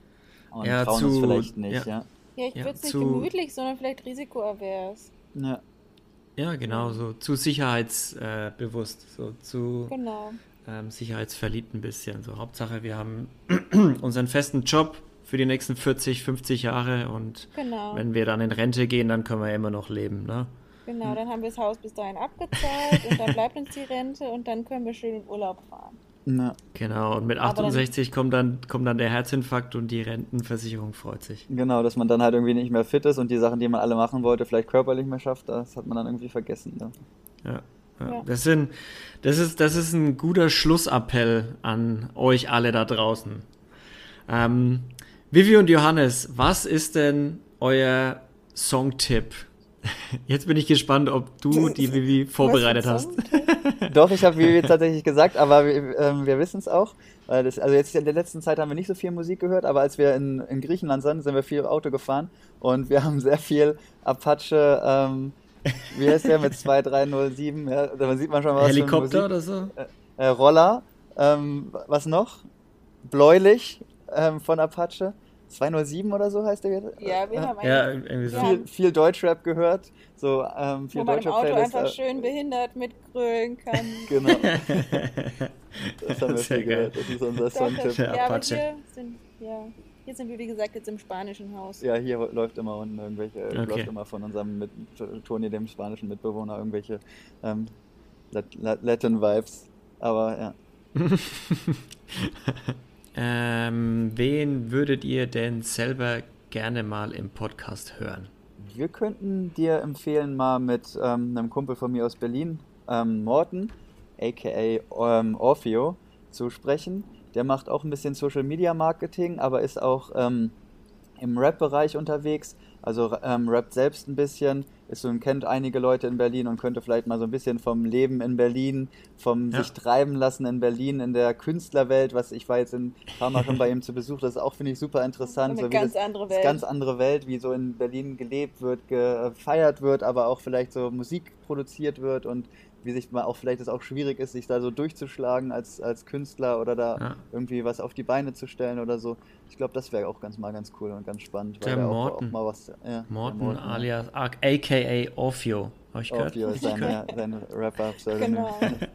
S2: und
S1: Ja,
S2: trauen uns
S1: zu,
S2: vielleicht nicht,
S1: ja,
S2: ja.
S3: ja, ich
S1: ja,
S3: würde es nicht
S1: zu,
S3: gemütlich, sondern vielleicht risikoavers.
S2: Ja,
S1: ja, genau,
S3: Ja,
S1: so zu sicherheitsbewusst, äh, bewusst, so zu
S3: genau.
S1: ähm, sicherheitsverliebt ein bisschen. So, Hauptsache, wir haben unseren festen Job für die nächsten vierzig, fünfzig Jahre und
S3: Genau.
S1: wenn wir dann in Rente gehen, dann können wir immer noch leben, ne?
S3: Genau, dann haben wir das Haus bis dahin abgezahlt und dann bleibt uns die Rente und dann können wir schön in Urlaub fahren.
S2: ja,
S1: Genau, und mit
S3: Aber dann,
S1: achtundsechzig kommt dann, kommt dann der Herzinfarkt und die Rentenversicherung freut sich.
S2: genau, dass man dann halt irgendwie nicht mehr fit ist und die Sachen, die man alle machen wollte, vielleicht körperlich mehr schafft, das hat man dann irgendwie vergessen. Ne?
S1: Ja, ja.
S3: ja.
S1: Das sind, das ist, das ist ein guter Schlussappell an euch alle da draußen. Ähm, Vivi und Johannes, was ist denn euer Songtipp? Jetzt bin ich gespannt, ob du die Vivi
S3: Was für ein
S1: vorbereitet hast.
S3: Songtipp?
S2: Doch, ich habe wie tatsächlich gesagt, aber wir, ähm, wir wissen es auch. Weil das, also jetzt in der letzten Zeit haben wir nicht so viel Musik gehört, aber als wir in, in Griechenland sind, sind wir viel Auto gefahren und wir haben sehr viel Apache, ähm, wie heißt der mit zwei drei null sieben, ja, da sieht man schon mal, was für eine
S1: Helikopter
S2: Musik.
S1: oder so?
S2: Äh, äh, Roller, ähm, was noch? Bläulich ähm, von Apache, zwei null sieben oder so heißt der jetzt.
S3: Ja, wir
S2: Äh,
S3: haben
S1: Ja,
S3: eine,
S1: irgendwie
S3: wir
S1: so.
S2: viel,
S3: haben,
S2: viel Deutschrap gehört, so ähm,
S3: wo
S2: viel
S3: man im
S2: deutsche
S3: Auto
S2: Playlist.
S3: einfach
S2: Äh,
S3: schön behindert mitgrölen kann.
S2: genau, das haben wir
S1: Sehr
S2: viel
S1: geil.
S2: gehört. Das ist unser
S3: Doch, das,
S2: Songtipp.
S1: Der
S3: ja, aber
S1: Apache.
S3: hier sind, ja, hier sind wir, wie gesagt, jetzt im spanischen Haus.
S2: Ja, hier läuft immer unten irgendwelche, läuft
S1: Okay.
S2: immer von unserem mit, Toni, dem spanischen Mitbewohner, irgendwelche ähm, Lat Lat Latin Vibes. Aber ja.
S1: Ähm, wen würdet ihr denn selber gerne mal im Podcast hören?
S2: Wir könnten dir empfehlen, mal mit ähm, einem Kumpel von mir aus Berlin, ähm, Morten, aka ähm, Orfeo, zu sprechen. Der macht auch ein bisschen Social Media Marketing, aber ist auch ähm, im Rap-Bereich unterwegs. Also ähm, rappt selbst ein bisschen, ist so, kennt einige Leute in Berlin und könnte vielleicht mal so ein bisschen vom Leben in Berlin, vom
S1: Ja.
S2: sich treiben lassen in Berlin, in der Künstlerwelt, was ich war jetzt ein paar Mal schon bei ihm zu Besuch, das ist auch, finde ich, super interessant,
S3: Eine
S2: so wie
S3: ganz
S2: das,
S3: andere
S2: das ist ganz
S3: Welt.
S2: andere Welt, wie so in Berlin gelebt wird, gefeiert wird, aber auch vielleicht so Musik produziert wird und wie sich mal auch vielleicht es auch schwierig ist, sich da so durchzuschlagen als, als Künstler oder da
S1: Ja.
S2: irgendwie was auf die Beine zu stellen oder so. Ich glaube, das wäre auch ganz mal ganz cool und ganz spannend, weil
S1: Der
S2: der auch, auch
S1: Morten.
S2: mal was, ja, der
S1: Morten
S2: Morten, ja.
S1: alias A- aka Orfeo. Habe ich gehört?
S2: Orfeo
S1: Hab
S2: ist
S1: ich
S2: sein,
S1: gehört?
S2: ja, sein Rapper-Pseudonym.
S3: Genau.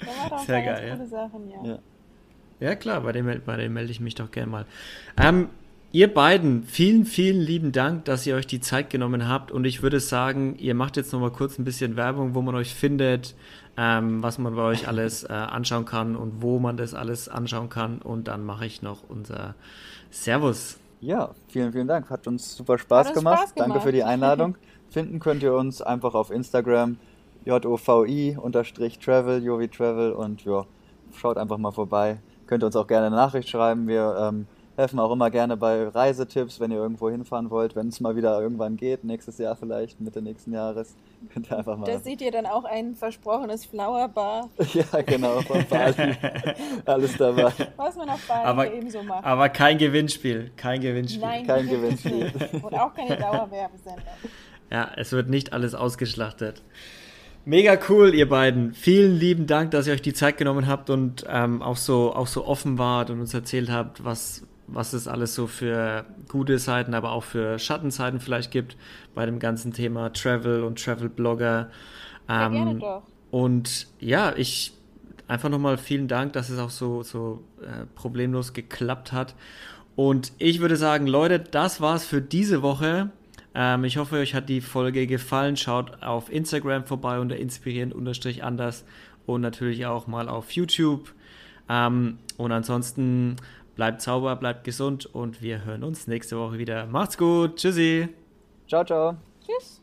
S3: Der macht auch
S1: Sehr
S3: ganz
S1: geil,
S3: coole Sachen, ja.
S2: Ja.
S1: Ja, klar, bei dem, bei dem melde ich mich doch gerne mal. Ähm, ihr beiden, vielen, vielen lieben Dank, dass ihr euch die Zeit genommen habt. Und ich würde sagen, ihr macht jetzt noch mal kurz ein bisschen Werbung, wo man euch findet, ähm, was man bei euch alles äh, anschauen kann und wo man das alles anschauen kann. Und dann mache ich noch unser Servus.
S2: Ja, vielen, vielen Dank. Hat uns super Spaß
S3: uns
S2: gemacht.
S3: Spaß
S2: Danke für die
S3: gemacht.
S2: Einladung. Finden könnt ihr uns einfach auf Instagram jovi unterstrich travel, Jovi Travel und ja, schaut einfach mal vorbei. Könnt ihr uns auch gerne eine Nachricht schreiben. Wir ähm, helfen auch immer gerne bei Reisetipps, wenn ihr irgendwo hinfahren wollt, wenn es mal wieder irgendwann geht, nächstes Jahr vielleicht, Mitte nächsten Jahres, könnt ihr einfach mal...
S3: Da seht ihr dann auch ein versprochenes Flower-Bar,
S2: Ja, genau, von Bali. Alles dabei.
S3: was man auf Bali
S1: Aber,
S3: ebenso macht.
S1: aber kein Gewinnspiel, kein Gewinnspiel.
S3: Nein,
S2: kein
S3: wirklich
S2: Gewinnspiel.
S3: nicht. Und auch keine Dauerwerbesendung.
S1: Ja, es wird nicht alles ausgeschlachtet. Mega cool, ihr beiden. Vielen lieben Dank, dass ihr euch die Zeit genommen habt und ähm, auch so auch so offen wart und uns erzählt habt, was, was es alles so für gute Seiten, aber auch für Schattenseiten vielleicht gibt bei dem ganzen Thema Travel und Travel-Blogger.
S3: Ja,
S1: Ähm,
S3: gerne doch.
S1: Und ja, ich einfach nochmal vielen Dank, dass es auch so, so äh, problemlos geklappt hat. Und ich würde sagen, Leute, das war's für diese Woche. Ähm, ich hoffe, euch hat die Folge gefallen. Schaut auf Instagram vorbei unter inspirieren-anders und natürlich auch mal auf YouTube. Ähm, und ansonsten bleibt sauber, bleibt gesund und wir hören uns nächste Woche wieder. Macht's gut. Tschüssi.
S2: Ciao, ciao.
S3: Tschüss.